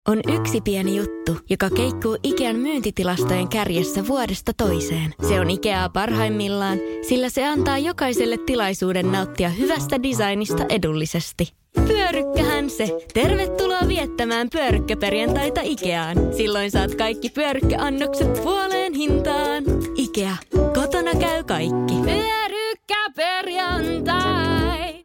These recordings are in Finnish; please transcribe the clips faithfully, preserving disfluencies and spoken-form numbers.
On yksi pieni juttu, joka keikkuu Ikean myyntitilastojen kärjessä vuodesta toiseen. Se on Ikeaa parhaimmillaan, sillä se antaa jokaiselle tilaisuuden nauttia hyvästä designista edullisesti. Pyörykkähän se! Tervetuloa viettämään pyörykkäperjantaita Ikeaan. Silloin saat kaikki pyörykkäannokset puoleen hintaan. Ikea. Kotona käy kaikki. Pyörykkäperjantai!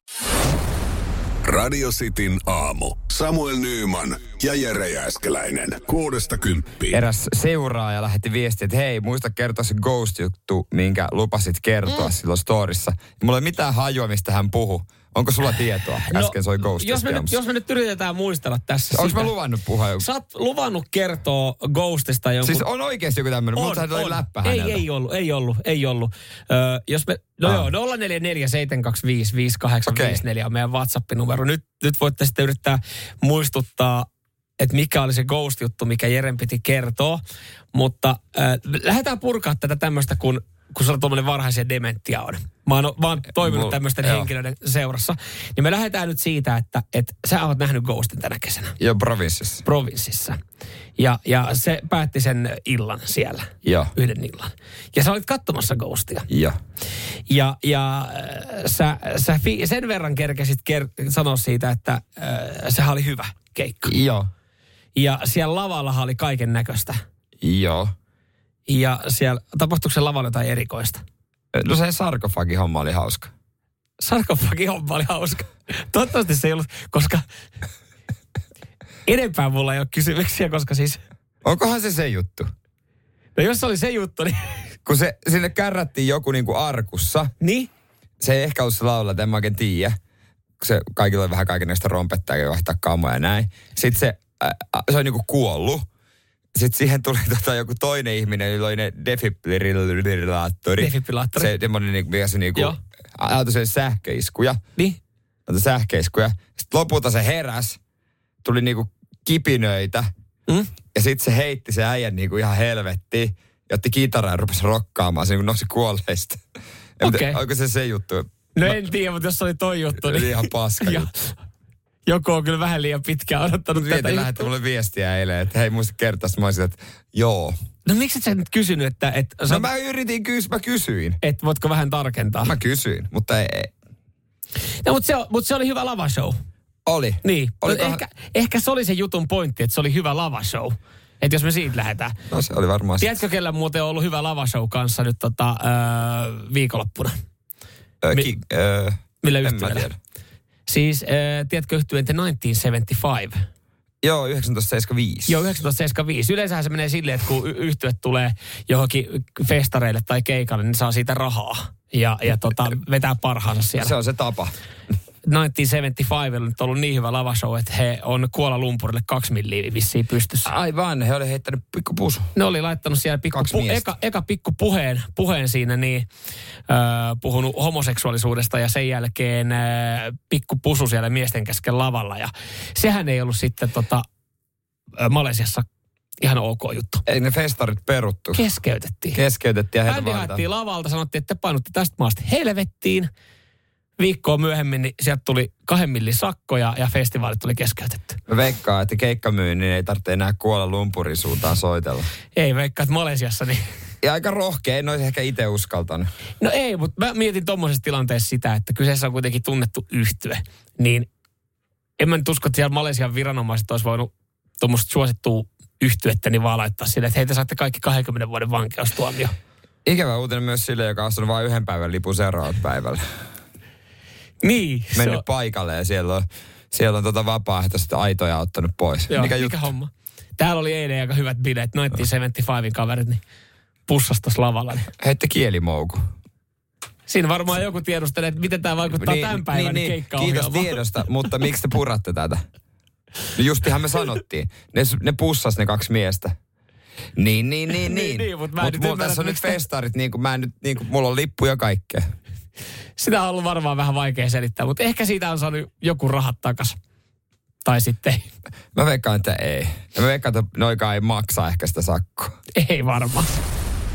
Radio Cityn aamu. Samuel Nyyman ja Jere Jääskeläinen. Kuudesta kymppiin. Eräs seuraaja lähetti viestiä, että hei, muista kertoa se Ghost-juttu, minkä lupasit kertoa mm. silloin storissa. Mulla ei mitään hajua, mistä hän puhui. Onko sulla tietoa? Äsken no, soi Ghost. Jos me, nyt, jos me nyt yritetään muistella tässä. Onko mä luvannut puhua joku? Sä oot luvannut kertoa Ghostista jonkun. Siis on oikeasti joku tämmöinen, mutta hän oli läppä ei, häneltä. ei ollut, ei ollut, ei ollut. Öö, jos me, no ah. joo, nolla neljä neljä seitsemän kaksi viisi viisi kahdeksan viisi neljä on meidän WhatsApp-numero. Nyt, nyt voitte sitten yrittää muistuttaa, että mikä oli se Ghost-juttu, mikä Jeren piti kertoa. Mutta äh, lähdetään purkaa tätä tämmöistä, kun kun sulla tuommoinen varhaisia dementia on. Mä oon, mä oon toiminut tämmöisten joo. henkilöiden seurassa. Niin me lähdetään nyt siitä, että, että sä oot nähnyt Ghostin tänä kesänä. Joo, provinssissa. Provinssissa. Ja, ja se päätti sen illan siellä. Joo. Yhden illan. Ja sä olit katsomassa Ghostia. Joo. Ja, ja äh, sä, sä fi, sen verran kerkesit ker- sanoa siitä, että äh, sehän oli hyvä keikka. Joo. Ja siellä lavallahan oli kaiken näköistä. Joo. Ja siellä, tapahtuiko se lavalla jotain erikoista? No se sarkofagi-homma oli hauska. Sarkofagi-homma oli hauska. Toivottavasti se ei ollut, koska enempää mulla ei ole kysymyksiä, koska siis... Onkohan se se juttu? No jos se oli se juttu, niin... Kun se, sinne kärrättiin joku niinku arkussa. Niin? Se ei ehkä ollut se laula, en mä oikein tiedä. Se kaikilla oli vähän kaikenlaista rompettaa ja vaihtaa kammoja ja näin. Sitten se, äh, se oli niinku kuollut. Sitten siihen tuli tota joku toinen ihminen, jolla oli ne defibrillaattori. Defibrillaattori. Se semmoinen, mikä se niinku, auto sen sähköiskuja. Niin? Auto sähköiskuja. Sitten lopulta se heräs, tuli niinku kipinöitä. Mm? Ja sitten se heitti se äijän niinku ihan helvettiin. Ja otti kitaraa ja rupesi rokkaamaan. Se niinku nousi kuolleista. Okei. Okay. Onko se se juttu? No en tiedä, mutta jos se oli toi juttu, niin... Ihan paska juttu. Joku on kyllä vähän liian pitkään odottanut tätä juttua. Lähetti mulle viestiä eilen, että hei muista kertaa. Mä olisin, että joo. No miksi et sä nyt kysynyt, että... että no sä... mä yritin kysyä, mä kysyin. Että voitko vähän tarkentaa? Mä kysyin, mutta ei. No mutta se, mutta se oli hyvä lavashow. Oli. Niin. Olikohan... Ehkä, ehkä se oli se jutun pointti, että se oli hyvä lavashow. Että jos me siitä lähdetään. No se oli varmaan... Tiedätkö, kellä muuten on ollut hyvä lavashow kanssa nyt tota, öö, viikonloppuna? Öö, Mi- ki- öö, Millä yhtyöllä? Siis, äh, tiedätkö yhtyeen The tuhatyhdeksänsataaseitsemänkymmentäviisi? Joo, tuhatyhdeksänsataaseitsemänkymmentäviisi. Joo, tuhatyhdeksänsataaseitsemänkymmentäviisi. Yleensähän se menee silleen, että kun yhtye tulee johonkin festareille tai keikalle, niin saa siitä rahaa. Ja, ja tota, vetää parhaansa siellä. Se on se tapa. tuhatyhdeksänsataaseitsemänkymmentäviisi on nyt ollut niin hyvä lavashow, että he on Kuala Lumpurille kaksi milliä vissiin pystyssä. Aivan, he oli heittänyt pikkupusu. Ne oli laittanut siellä pikku pu- eka, eka pikku puheen, puheen siinä, niin äh, puhunut homoseksuaalisuudesta ja sen jälkeen äh, pikku pusu siellä miesten kesken lavalla. Ja sehän ei ollut sitten tota, äh, Malesiassa ihan ok juttu. Ei ne festarit peruttu. Keskeytettiin. Keskeytettiin ja heitä Bändi haettiin lavalta, sanottiin, että te painutte tästä maasta helvettiin. Viikkoa myöhemmin niin sieltä tuli kahden millin sakkoja ja festivaalit tuli keskeytetty. Mä veikkaan, että keikkamyynnin ei tarvitse enää Kuala Lumpurin suuntaan soitella. Ei veikkaa, että Malesiassa niin... Ja aika rohkea, en olisi ehkä itse uskaltanut. No ei, mutta mä mietin tommosessa tilanteessa sitä, että kyseessä on kuitenkin tunnettu yhtye. Niin en mä nyt usko, että siellä Malesian viranomaiset olisi voinut tuommoista suosittua yhtyettä niin vaan laittaa sille, että hei te saatte kaikki kaksikymmentä vuoden vankeustuomio. Ikävä uutinen myös sille, joka on ostanut vain yhden päivän lipun seuraavat päivällä. Niin. Mennyt on... paikalle ja siellä on, siellä on tota vapaaehtoiset aitoja ottanut pois. Joo, mikä, mikä juttu? homma? Täällä oli eilen aika hyvät bileet. tuhatyhdeksänsataaseitsemänkymmentäviisi kaverit, niin pussastas lavalla. Niin. Heitte kielimouku. Siinä varmaan joku tiedustelee, että miten tämä vaikuttaa niin, tämän päivän niin, keikkaohjelmaan. Kiitos tiedosta, mutta miksi te puratte tätä? No justihan me sanottiin. Ne, ne pussas ne kaksi miestä. Niin, niin, niin, niin. niin mutta mut mulla tässä on nyt festarit, niin kuin mä nyt, niin kuin mulla on lippu ja kaikkea. Sitä on ollut varmaan vähän vaikea selittää, mutta ehkä siitä on saanut joku rahat takas. Tai sitten ei. Mä veikkaan, että ei. Ja mä veikkaan, että noikaan ei maksa ehkä sitä sakkoa. Ei varmaan.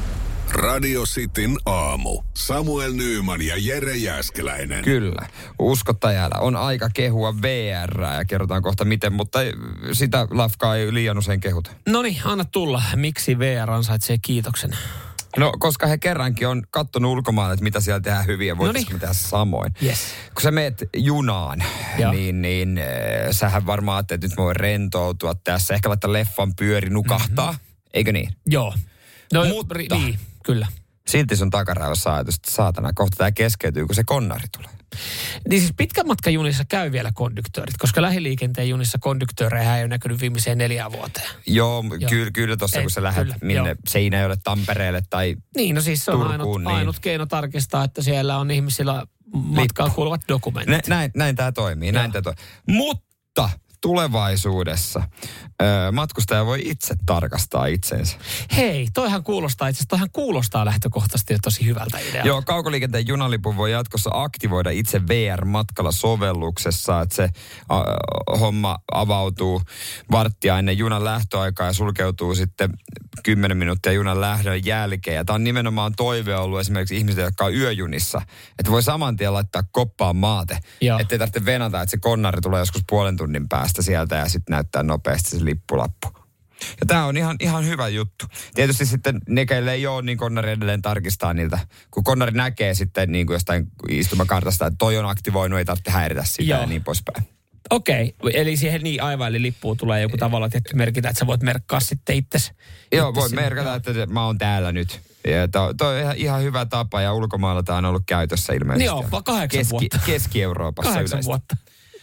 Radio Cityn aamu. Samuel Nyyman ja Jere Jääskeläinen. Kyllä. Uskottajalla on aika kehua V R ja kerrotaan kohta miten, mutta sitä lafkaa ei liian usein kehuta. Noniin, anna tulla. Miksi V R ansaitsee kiitoksen? No, koska he kerrankin on kattonut ulkomaille, että mitä siellä tehdään hyvin ja voitaisiinko me tehdä samoin. Yes. Kun sä meet junaan, Joo. niin, niin äh, sähän varmaan ajattelet, että nyt mä voin rentoutua tässä. Ehkä laittaa leffan pyöri, nukahtaa. Mm-hmm. Eikö niin? Joo. No, Mutta ri, niin, kyllä. silti sun takaraivossa ajatus, että saatana, kohta tää keskeytyy, kun se konnari tulee. Niin siis pitkän matkan junissa käy vielä konduktöörit, koska lähiliikenteen junissa konduktöörejä ei ole näkynyt viimeiseen neljään vuoteen. Joo, Joo. kyllä, kyllä tossa kun sä lähdet kyllä, minne joo. Seinäjoelle, Tampereelle tai Niin, no siis se on Turkuun, ainut, niin. ainut keino tarkistaa, että siellä on ihmisillä matkaan kuuluvat dokumentit. Nä, näin, näin tämä toimii, näin tää toimii. Mutta tulevaisuudessa ö, matkustaja voi itse tarkastaa itsensä. Hei, toihan kuulostaa, itse asiassa toihan kuulostaa lähtökohtaisesti tosi hyvältä idealta. Joo, kaukoliikenteen junalipun voi jatkossa aktivoida itse V R-matkalla sovelluksessa, että se a, homma avautuu varttia ennen junan lähtöaikaa ja sulkeutuu sitten kymmenen minuuttia junan lähdön jälkeen. Ja tämä on nimenomaan toive ollut esimerkiksi ihmisille, jotka on yöjunissa, että voi saman tien laittaa koppaan maate, ettei tarvitse venata, että se konnari tulee joskus puolen tunnin päästä sieltä ja sitten näyttää nopeasti se lippulappu. Ja tämä on ihan, ihan hyvä juttu. Tietysti sitten ne, keille ei ole, niin konnari edelleen tarkistaa niiltä. Kun konnari näkee sitten niin kuin jostain istumakartasta, että toi on aktivoinut, ei tarvitse häiritä sitä Joo. ja niin poispäin. Okei, eli siihen niin aivan, eli lippuun tulee joku tavalla tietty merkitä, että sä voit merkkaa sitten itsesi. Joo, voit merkata, että mä oon täällä nyt. Ja to, toi on ihan, ihan hyvä tapa ja ulkomailla tämä on ollut käytössä ilmeisesti. Joo, vaan kahdeksan Keski, vuotta. Keski-Euroopassa kahdeksan yleisesti. vuotta.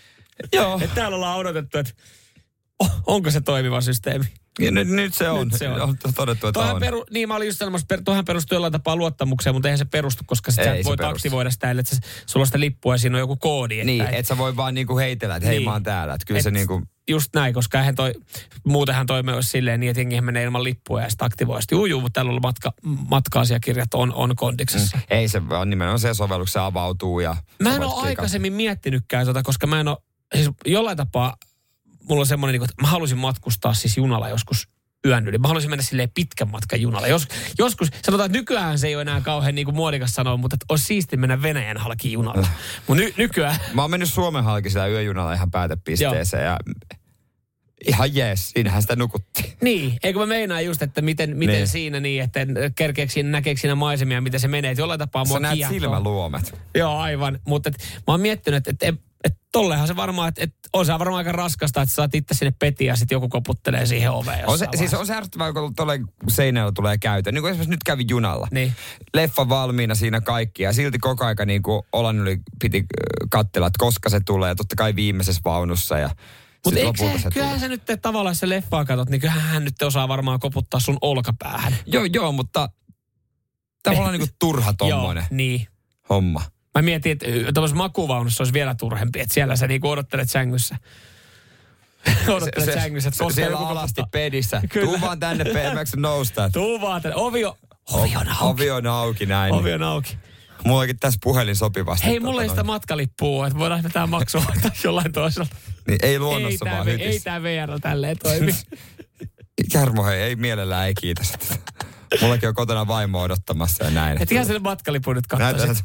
Joo. Että täällä ollaan odotettu, että oh, onko se toimiva systeemi. Ja nyt, nyt se on. Nyt se on. on todettu, että Toihan on. Peru, niin mä olin just sanomassa, per, toihan perustuu jollain tapaa luottamukseen, mutta eihän se perustu, koska sit sä Ei et se voit perustu. aktivoida sitä, että sä, sulla on sitä lippua ja siinä on joku koodi. Että Niin, et, et sä voi vaan niinku heitellä, että hei Niin. mä oon täällä. Että kyllä et, se niinku... Just näin, koska eihän toi, muutenhan toimi olisi silleen niin, että jengihän menee ilman lippua ja sitä aktivoi. Sitten juu, mutta täällä on matka, matka-asiakirjat on, on kondiksessa. Mm. Ei se on nimenomaan se sovellus, se avautuu ja... Mä en ole aikaisemmin miettinytkään tota, koska mä en ole, siis jollain tapaa, mulla on semmoinen, että mä halusin matkustaa siis junalla joskus yön yli. Mä haluaisin mennä silleen pitkän matkan junalla. Jos, joskus, sanotaan, että nykyään se ei ole enää kauhean niin kuin muodikas sanoa, mutta että olisi siisti mennä Venäjän halki junalla. Mutta ny, nykyään... Mä oon mennyt Suomen halki sitä yöjunalla ihan päätepisteeseen ja ihan jees, siinähän sitä nukuttiin. Niin, eikö mä meinaa just, että miten, miten niin. siinä niin, että kerkeekö siinä, näkeekö siinä maisemia, miten se menee. Että jollain tapaa mua Sä näet kiehtoo. silmäluomet. Joo, aivan. Mutta mä oon miettinyt, että, että, että, että tollehan se varmaan, että, että on se varmaan aika raskasta, että saat itse sinne peti ja sitten joku koputtelee siihen oveen. On se, siis on se ärsyttävää, kun tuolle seinällä tulee käytön. Niin kuin esimerkiksi nyt kävi junalla. Niin. Leffa valmiina siinä kaikki ja silti koko aika niin kuin olan yli piti katsella, että koska se tulee. Totta kai viimeisessä vaunussa ja... Mutta se, kyllähän sä nyt tavallaan se leffaa katot, niin kyllähän hän nyt osaa varmaan koputtaa sun olkapäähän. Joo, joo, mutta tavallaan niin kuin turha tommonen joo, niin. homma. Mä mietin, että tuollaisessa makuvaunussa olisi vielä turhempi, että siellä sä niinku odottelet sängyssä. odottelet se, sängyssä, että koska siellä joku alasti koputtaa. pedissä. Tuu vaan tänne, peemäksi nousta. Tuu vaan tänne. Ovi on, ovi on auki. Ovi on auki näin. Ovi on auki. Mullakin tässä puhelin sopivasti. Hei, mulla ei sitä matkalippua, että voidaan me tää maksua jollain toisella. Niin ei luonnossa ei vaan tää, hytissä. Ei tää V R tälleen toimi. Jarmo, hei, ei mielellään, ei kiitos. Mullakin on kotona vaimo odottamassa ja näin. Et ihan sen matkalipun nyt katsoisit.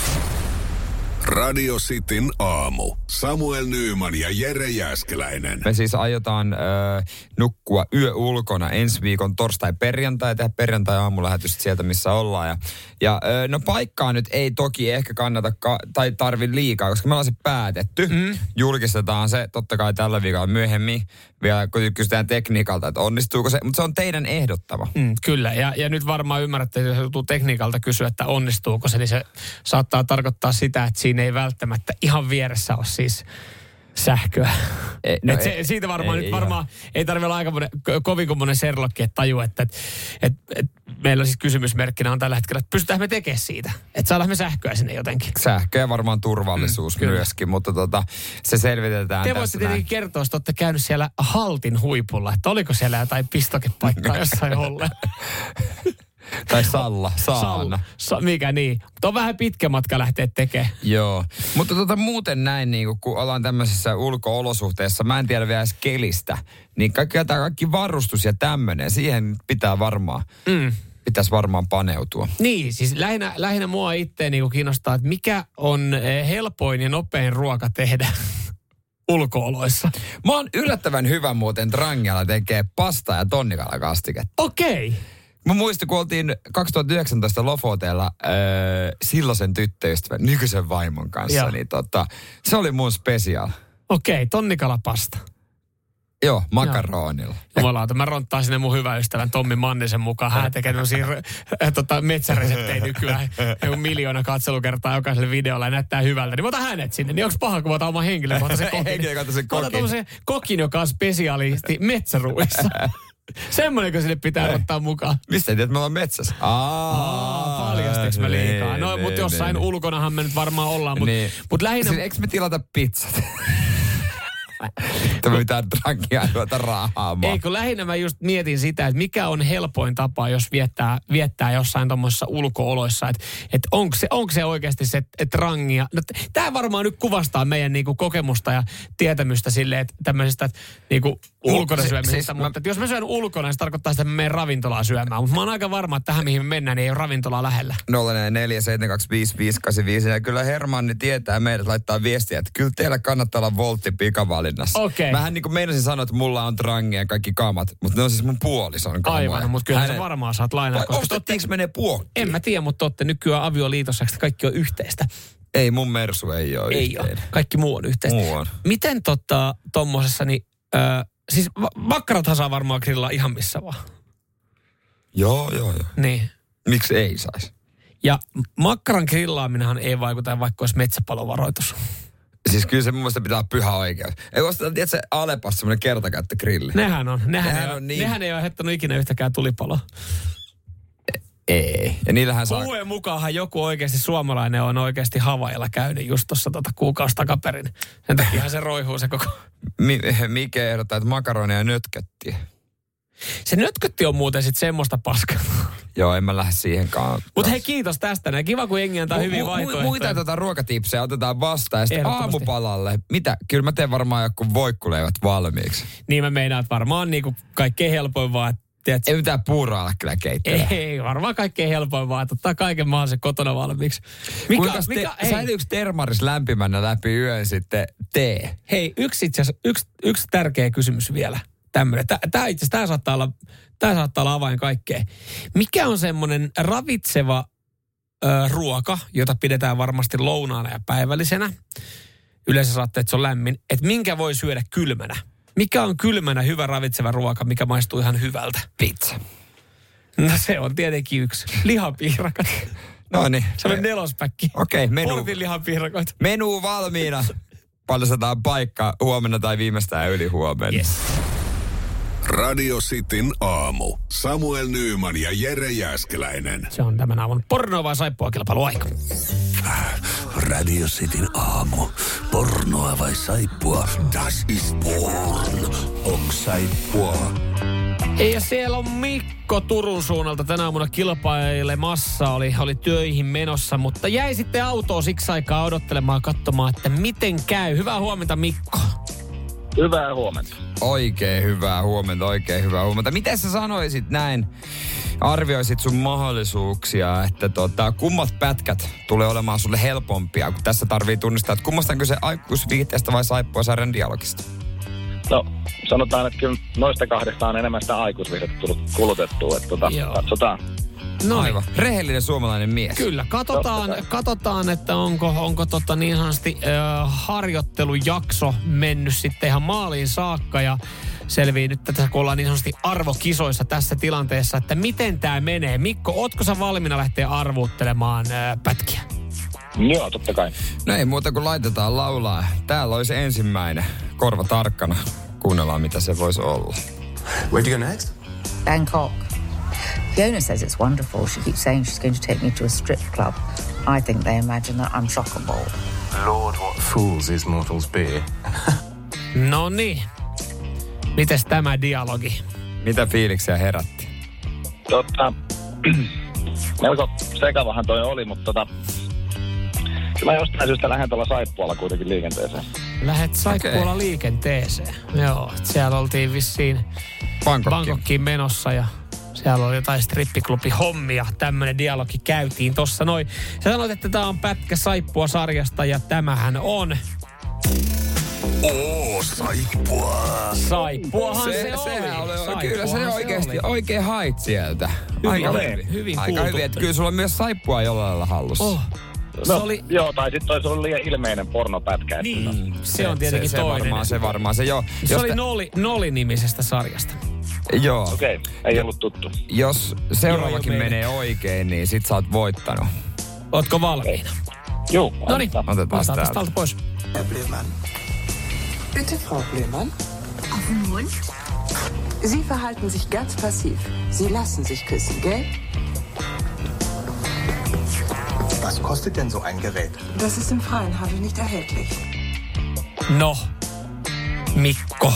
Radio Cityn aamu. Samuel Nyyman ja Jere Jääskeläinen. Me siis aiotaan äh, nukkua yö ulkona ensi viikon torstai-perjantai, tehdä perjantai-aamulähetystä sieltä, missä ollaan. Ja, ja äh, no paikkaa nyt ei toki ehkä kannata ka- tai tarvi liikaa, koska me ollaan se päätetty. Mm. Julkistetaan se totta kai tällä viikolla myöhemmin. Vielä kun kysytään tekniikalta, että onnistuuko se, mutta se on teidän ehdottava. Mm, kyllä, ja, ja nyt varmaan ymmärrätte, että jos joutuu tekniikalta kysyä, että onnistuuko se, niin se saattaa tarkoittaa sitä, että siinä ei välttämättä ihan vieressä ole siis sähköä. Ei, no se, ei, siitä varmaan ei, nyt varmaan ei, ei tarvitse olla aika monen, kovin kuin monen serlokki, että tajuu, että et, et, et meillä siis kysymysmerkkinä on tällä hetkellä, että pystytään me tekemään siitä. Että saadaan me sähköä sinne jotenkin. Sähkö ja varmaan turvallisuus mm, myöskin, mutta tota, se selvitetään. Te voitte tietenkin kertoa, että olette käynyt siellä Haltin huipulla, että oliko siellä jotain pistokepaikkaa jossain olleen. Tai Salla, Saana. Salla. Sa, mikä niin. Mutta on vähän pitkä matka lähteä tekemään. Joo. Mutta tota, muuten näin, niin kun ollaan tämmöisissä ulko-olosuhteissa, mä en tiedä vielä edes kelistä, niin kaikki, kaikki varustus ja tämmöinen, siihen pitää varmaan, Mm. pitäisi varmaan paneutua. Niin, siis lähinnä, lähinnä mua itse niin kiinnostaa, että mikä on helpoin ja nopein ruoka tehdä ulko-oloissa. Mä oon yllättävän hyvä muuten Trangialla tekee pasta ja tonnikalakastiketta. Okei. Okay. Mä muistin, kun oltiin kaksituhattayhdeksäntoista Lofoteella äh, silloisen tyttöystävän, nykyisen vaimon kanssa, Joo. niin tota, se oli mun special. Okei, okay, tonnikalapasta. Joo, makaronilla. Jumalauta, mä ronttaan sinne mun hyvän ystävän Tommi Mannisen mukaan. Hän tekee tämmöisiä tota, metsäreseptejä nykyään. Miljoona katselukertaa jokaiselle videolla ja näyttää hyvältä. Niin mä otan hänet sinne. Niin onko paha, kun mä otan oman henkilön? Mä otan sen kokin. Henkilökohtaisen kokin. Mä otan tommosen kokin, joka on spesiaalisti metsäruuissa. Semmoinen, kun sinne pitää ottaa mukaan. Mistä ei tiedä, että me ollaan metsässä? Aa, paljasteks mä liikaa? No, mutta jossain ulkonahan me nyt varmaan ollaan. Mutta niin. mut lähinnä... Siis eikö me tilata pizzat? Tämä mitään trangia juota rahaamaan. Ei, kun lähinnä mä just mietin sitä, että mikä on helpoin tapa, jos viettää, viettää jossain tuommoisissa ulko-oloissa. Että et onko se, onko se oikeasti se trangia? No, tämä varmaan nyt kuvastaa meidän niinku kokemusta ja tietämystä silleen, että tämmöisestä niinku ulkona syömisestä. Siis mutta mä... jos mä syön ulkona, se tarkoittaa sitä, että mä menen ravintolaan syömään. Mutta mä oon aika varma, että tähän mihin me mennään, niin ei ole ravintolaa lähellä. nolla neljä seitsemän kaksi viisi viisi kahdeksan viisi. Ja kyllä Hermanni tietää meidät laittaa viestiä, että kyllä teillä kannattaa olla voltti pikavalinnassa. Okay. Mähän niin kuin meinasin sanoa, että mulla on trangia ja kaikki kamat, mutta ne on siis mun puolison kamoja. Aivan, mutta kyllähän Hänen... sä varmaan saat lainaa. Ostettiinko menee puokkiin? En mä tiedä, mutta totte nykyään avioliitossa kaikki on yhteistä. Ei, mun Mersu ei ole Ei yhteinen. ole. Kaikki muu on yhteistä. Muu on. Miten tota, tommosessa, niin, äh, siis makkarathan saa varmaan grillaa ihan missä vaan. Joo, joo, joo. Niin. Miksi ei saisi? Ja makkaran grillaaminenhan ei vaikuta, vaikka olisi metsäpalovaroitus. Siis kyllä se mun mielestä pitää olla pyhä oikeus. Ei osteta, tiedätkö, Alepassa semmoinen kertakäyttögrilli. Nehän on. Nehän, nehän, ei, on niin... nehän ei ole aiheuttanut ikinä yhtäkään tulipaloa. Ei. Ja niillähän saa... Huhujen mukaanhan joku oikeasti suomalainen on oikeasti Havailla käynyt just tuossa tota kuukausi takaperin. Sen takiahan se roihuu se koko... Mi- Mike ehdottaa, että makaronia ja nötköttiä. Se nötkötti on muuten sitten semmoista paskaa. Joo, en mä lähde siihenkaan. Mutta hei, kiitos tästä. Ja kiva, kun jengi antaa mu- hyviä mu- vaihtoehtoja. Muita tota ruokatipsejä otetaan vastaan. Ja sitten aamupalalle. Mitä? Kyllä mä teen varmaan joku voikkuleivät valmiiksi. Niin mä meinaan, että varmaan niinku kaikkein helpoin vaan, tiedätkö? Ei mitään puuroa ala kyllä keittelee. Ei, varmaan kaikkein helpoin vaan, että ottaa kaiken mahdollisen kotona valmiiksi. Mikä, Kuinkas mikä, te, säilyykö termaris lämpimänä läpi yön sitten tee? Hei, yksi itse asiassa, yksi, yksi tärkeä kysymys vielä. Tämmöinen. Tämä itse asiassa, tämä saattaa olla, tämä saattaa olla avain kaikkeen. Mikä on semmoinen ravitseva ö, ruoka, jota pidetään varmasti lounaana ja päivällisenä? Yleensä saatte, että se on lämmin. Että minkä voi syödä kylmänä? Mikä on kylmänä hyvä ravitseva ruoka, mikä maistuu ihan hyvältä? Pizza. No se on tietenkin yksi. Lihapiirakat. No niin. Se on nelospäkki. Okei, okay, menu. Portin lihapiirakoita. Menu valmiina. Paljastetaan paikka huomenna tai viimeistään yli huomenna. Yes. Radio Cityn aamu. Samuel Nyyman ja Jere Jääskeläinen. Se on tämän aamun pornoa vai saippua kilpailuaika. Radio Cityn aamu. Pornoa vai saippua? Das ist porn. Onko saippua? Ja siellä on Mikko Turun suunnalta tänä aamuna kilpailemassa. Oli, oli töihin menossa, mutta jäi sitten autoon siksi aikaa odottelemaan katsomaan, että miten käy. Hyvää huomenta, Mikko. Hyvää huomenta. Oikein hyvää huomenta, oikein hyvää huomenta. Miten sä sanoisit näin, arvioisit sun mahdollisuuksia, että tota, kummat pätkät tulee olemaan sulle helpompia, kun tässä tarvii tunnistaa, että kummasta on kyse aikuisviihteestä vai saippuasarjan dialogista? No, sanotaan, että kyllä noista kahdesta on enemmän sitä aikuisviihdettä tullut kulutettua, että tota, katsotaan. No aivan. Rehellinen suomalainen mies. Kyllä, katsotaan, katsotaan että onko, onko tota niin sanotusti äh, harjoittelujakso mennyt sitten ihan maaliin saakka ja selvii nyt tässä, kun ollaan niin sanotusti arvokisoissa tässä tilanteessa, että miten tämä menee. Mikko, ootko sä valmiina lähteä arvuuttelemaan äh, pätkiä? Joo, totta kai. No ei muuta kuin laitetaan laulaa. Täällä olisi ensimmäinen. Korva tarkkana. Kuunnellaan, mitä se voisi olla. Where'd you go next? Bangkok. Fiona says it's wonderful. She keeps saying she's going to take me to a strip club. I think they imagine that I'm shockable. Lord, what fools is mortals be. No niin. Mites tämä dialogi? Mitä fiiliksiä herätti? Totta, melko sekavahan toi oli, mutta tota, kyllä jostain syystä lähden tuolla saippualla kuitenkin liikenteeseen. Lähet saippualla okay. liikenteeseen. Joo, siellä oltiin vissiin Bangkokkiin. Bangkokkiin menossa ja Siellä oli jotain strippiklubi-hommia. Tämmönen dialogi käytiin tossa noin. Sä sanoit, että tää on pätkä Saippua sarjasta ja tämähän on... Oo, saippua. Saippuahan se, se oli. Sehän oli. Saippuahan Kyllä se oikeasti oli. oikein hait sieltä. Hyvin, Aika hyvin, hyvin Aika kuultu. hyvin, että kyllä sulla on myös saippua jollain lailla hallussa. Oh. No, Se oli... joo, tai sitten olisi ollut liian ilmeinen pornopätkä. että tota- Niin, se on tietenkin se, toinen. Se varmaan, se varmaan. Se, joo. Se Jos oli te- Noli, Noli-nimisestä sarjasta. Joo. Okei, okay, ei ollut tuttu. Jos seuraavakin Joo, jo menee oikein, niin sit sä oot voittanut. Ootko valmiina? Joo, No niin, antaa. Otetaan otetaan tästä täältä. alta pois. Herr Blömann. Bitte, Frau Blömann. Auf den Mund? Sie verhalten sich ganz passiv. Sie lassen sich küssen, gell? Was kostet denn so ein Gerät? Das ist im freien Handel nicht erhältlich. No, Mikko.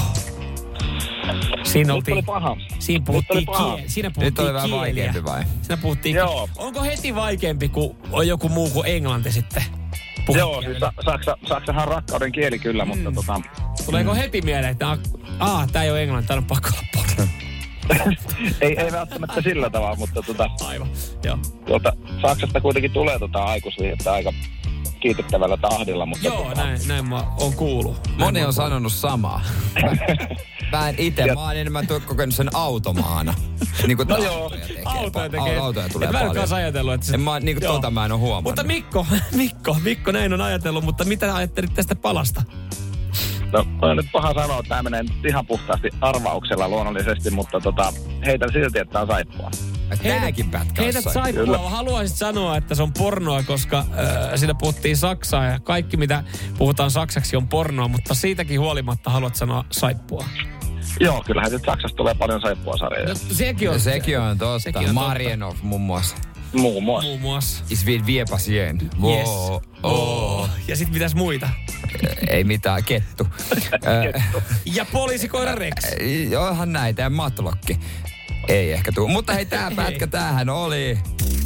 Siinä Nyt oltiin... oli paha. Siinä Nyt puhuttiin, oli paha. kie, siinä Nyt puhuttiin oli vähän kieliä. vaikeampi vai? Siinä puhuttiin Joo. kie- Onko heti vaikeampi, kun on joku muu kuin englanti sitten? Joo, siis sa- saksa, saksahan on rakkauden kieli kyllä, mm. mutta tota... Tuleeko heti mieleen, että ah, ah, tää ei ole englanti, tää on pakko olla porno. ei, ei välttämättä sillä tavalla, mutta tota... Aivan, joo. Tuota, Saksasta kuitenkin tulee tota aikuisviihdettä aika kiitettävällä tahdilla, mutta... Joo, tota, näin, näin mä oon kuullut. Näin Moni mä on oon sanonut samaa. Mä en ite, mä oon enemmän tuo kokenut sen automaana. Niin kuin No joo. autoja tekee. Autoja tekee. Autoja tulee Et mä en paljon. kanssa ajatellut, että se... En mä, niin kuin Joo. tota mä en oo huomannut. Mutta Mikko, Mikko, Mikko näin on ajatellut, mutta mitä ajattelit tästä palasta? No, on nyt paha sanoa, että tämä menee nyt ihan puhtaasti arvauksella luonnollisesti, mutta tota, heitän silti, että on saippua. Tääkin pätkä Heität olisi saippua. Kyllä. Haluaisit sanoa, että se on pornoa, koska äh, siinä puhuttiin saksaa ja kaikki mitä puhutaan saksaksi on pornoa, mutta siitäkin huolimatta haluat sanoa saippua. Joo, kyllähän nyt Saksasta tulee paljon saippua-sarjoja. No, sekin on. Sekin on tosta. Sekin on Marienov muun muassa. Muun muassa. Muun muassa. Is vied viepasien. Yes. Oh. Ja sit mitäs muita? Ei mitään, kettu. Ö, Ja poliisikoira Rex. Johan näitä ja matlokki. Ei ehkä tuu. Mutta hei, tää pätkä, tämähän oli.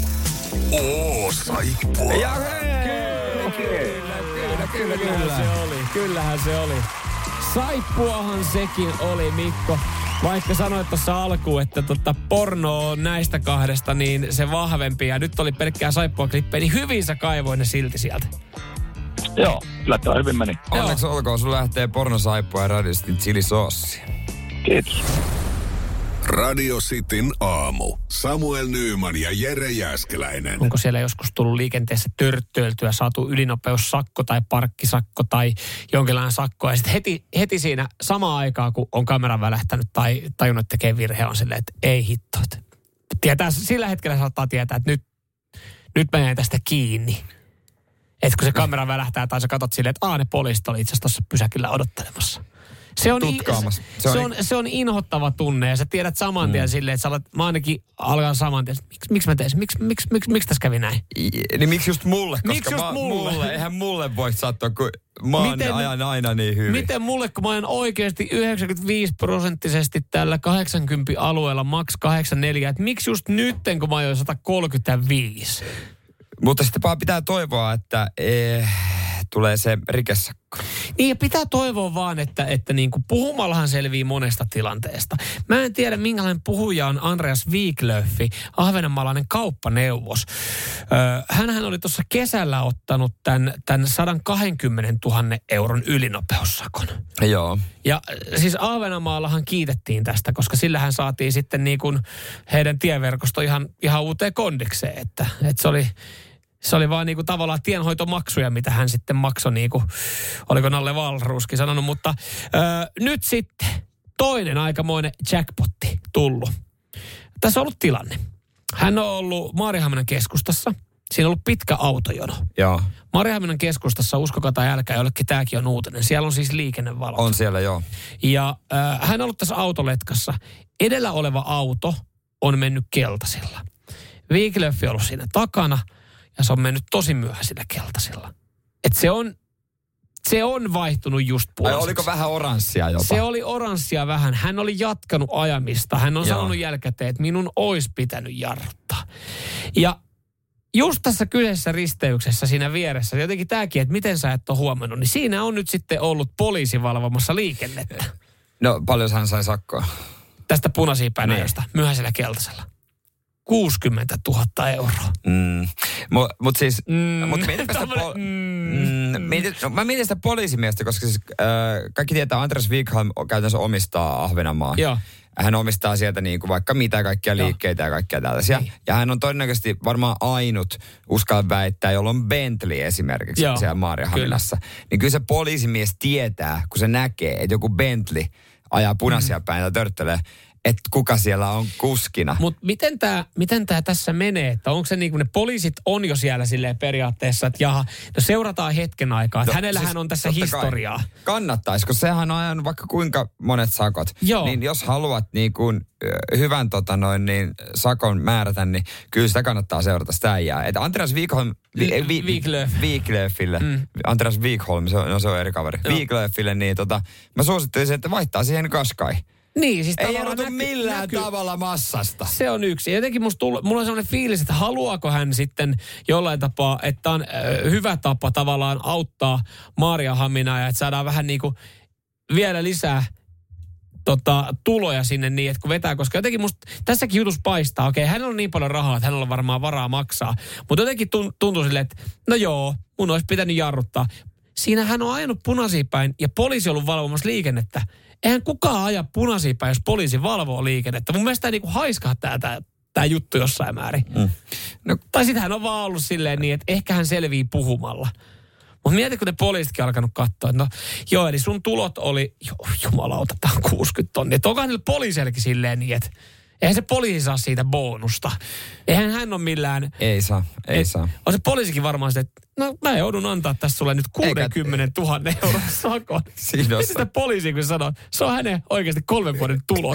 Oo, saippua. Ja hei! Kyllä, kyllä, kyllä, Kyllähän se oli, kyllähän se oli. Saippuahan sekin oli, Mikko. Vaikka sanoit tuossa alkuun, että tota porno on näistä kahdesta niin se vahvempi ja nyt oli pelkkää saippua-klippejä, niin hyvin sä kaivoin ne silti sieltä. Joo, kyllä tämä hyvin meni. Onneksi olkoon, sun lähtee pornosaippua ja radistin chilisossi. Kiitos. Radio Cityn aamu. Samuel Nyyman ja Jere Jääskeläinen. Onko siellä joskus tullut liikenteessä törttöiltyä, saatu ylinopeussakko tai parkkisakko tai jonkinlainen sakko ja sitten heti, heti siinä samaan aikaan, kun on kamera välähtänyt tai tajunnut, että tekee virhe, on silleen, että ei hitto. että Tietää, sillä hetkellä saattaa tietää, että nyt, nyt menee tästä kiinni. Että kun se kamera välähtää tai sä katsot silleen, että aah, ne poliisit oli itse asiassa tuossa pysäkillä odottelemassa. Se on, Tutkaamassa. se, Se se, on- on, se on inhottava tunne ja sä tiedät saman tien mm. silleen, että sä alat, mä ainakin alkan saman tien, miksi, miksi mä tein, miksi, miksi, miksi, miksi tässä kävi näin? I- Niin miksi just mulle? Koska Miksi just mä, mulle? mulle? Eihän mulle voi sattua, kun mä oon Miten- ajan aina niin hyvin. Miten mulle, kun mä ajan oikeasti yhdeksänkymmentäviisi prosenttisesti tällä kahdeksankymmentä alueella, maks kahdeksankymmentäneljä, että miksi just nytten, kun mä ajoin sata kolmekymmentäviisi? Mutta sitten vaan pitää toivoa, että eh, tulee se rikesakko. Niin ja pitää toivoa vaan, että, että niin kuin puhumallahan selvii monesta tilanteesta. Mä en tiedä, minkälainen puhuja on Andreas Wiklöfi, ahvenanmaalainen kauppaneuvos. Öö, hänhän oli tuossa kesällä ottanut tämän, tämän sata kaksikymmentätuhatta euron ylinopeussakon. Joo. Ja siis Ahvenanmaallahan kiitettiin tästä, koska sillähän saatiin sitten niin kuin heidän tieverkosto ihan, ihan uuteen kondikseen, että, että se oli... Se oli vaan niinku tavallaan tienhoitomaksuja, mitä hän sitten maksoi, niinku, oliko Nalle Wahlrooskin sanonut. Mutta öö, nyt sitten toinen aikamoinen jackpotti tullut. Tässä on ollut tilanne. Hän on ollut Maarianhaminan keskustassa. Siinä on ollut pitkä autojono. Joo. Maarianhaminan keskustassa, uskokaa tai älkää, jollekin tämäkin on uutinen. Siellä on siis liikennevalot. On siellä, joo. Ja äh, hän on ollut tässä autoletkassa. Edellä oleva auto on mennyt keltaisilla. Wiklöfi on ollut siinä takana. Ja se on mennyt tosi myöhäisillä keltaisilla. Et se on, se on vaihtunut just Vai puoliseksi. oliko vähän oranssia jopa? Se oli oranssia vähän. Hän oli jatkanut ajamista. Hän on Joo. sanonut jälkikäteen, että minun olisi pitänyt jarruttaa. Ja just tässä kyseisessä risteyksessä siinä vieressä, jotenkin tämäkin, että miten sä et ole huomannut, niin siinä on nyt sitten ollut poliisi valvomassa liikennettä. No paljon hän sai sakkoa. tästä punaisiin päin ajosta, myöhäisellä keltaisella. kuusikymmentätuhatta euroa. Mm. Mutta mut siis, Mm. mut mietitpä sitä, pol- mm. Mm. Mietit, no, mä mietin sitä poliisimiestä, koska siis, äh, kaikki tietää, Andreas Wikholm käytännössä omistaa Ahvenanmaa. Joo. Hän omistaa sieltä niinku vaikka mitä kaikkia liikkeitä ja kaikkia tällaisia. Niin. Ja hän on todennäköisesti varmaan ainut, uskallan väittää, jolla on Bentley esimerkiksi Joo, siellä Maarianhaminassa. Niin kyllä se poliisimies tietää, kun se näkee, että joku Bentley ajaa punaisia mm. päin ja törttelee, että kuka siellä on kuskina. Mutta miten tämä miten tää tässä menee? Että onko se niin kuin ne poliisit on jo siellä silleen periaatteessa, että jaha, no seurataan hetken aikaa. Että no, hänellähän siis on tässä historiaa. Kai. Kannattaisi, kun sehän on ajanut vaikka kuinka monet sakot. Joo. Niin jos haluat niin kuin, hyvän tota noin, niin sakon määrätä, niin kyllä sitä kannattaa seurata sitä äijää. Että Andreas Wikholm... Vi, vi, Wiklöf. Wiklöfille. Mm. Andreas Wikholm, se on, no, se on eri kaveri. Wiklöfille, niin tota, mä suosittelisin, että vaihtaa siihen Kaskai. Niin, siis ei erotu näky, millään näky. tavalla massasta. Se on yksi. Jotenkin musta tull, mulla on sellainen fiilis, että haluaako hän sitten jollain tapaa, että on äh, hyvä tapa tavallaan auttaa Maarianhaminaa ja että saadaan vähän niin kuin vielä lisää tota, tuloja sinne niin, että kun vetää, koska jotenkin musta tässäkin jutussa paistaa, okei, hänellä on niin paljon rahaa, että hänellä on varmaan varaa maksaa, mutta jotenkin tuntuu silleen, että no joo, mun olisi pitänyt jarruttaa. Siinä hän on ajanut punaisiin päin ja poliisi on ollut valvomassa liikennettä. Eihän kukaan aja punaisiin päin, jos poliisi valvoo liikennettä. Mun mielestä tämä niinku haiskahtaa tämä, tämä juttu jossain määrin. Mm. No, tai sitten hän on vaan ollut silleen niin, että ehkä hän selvii puhumalla. Mutta mieti, kun ne poliisitkin alkanut katsoa, että no joo, eli sun tulot oli, joo, jumalauta, tämä on kuusikymmentä tonnia. Että onkaan niillä poliiseillekin silleen niin, että eihän se poliisi saa siitä bonusta. Eihän hän ole millään... Ei saa, ei et, saa. On se poliisikin varmaan se, että no mä joudun antaa tässä sulle nyt kuusikymmentätuhatta euroa sakon. Siinä on sitä poliisi, kun sanoo, se on hänen oikeasti kolmen vuoden tulot.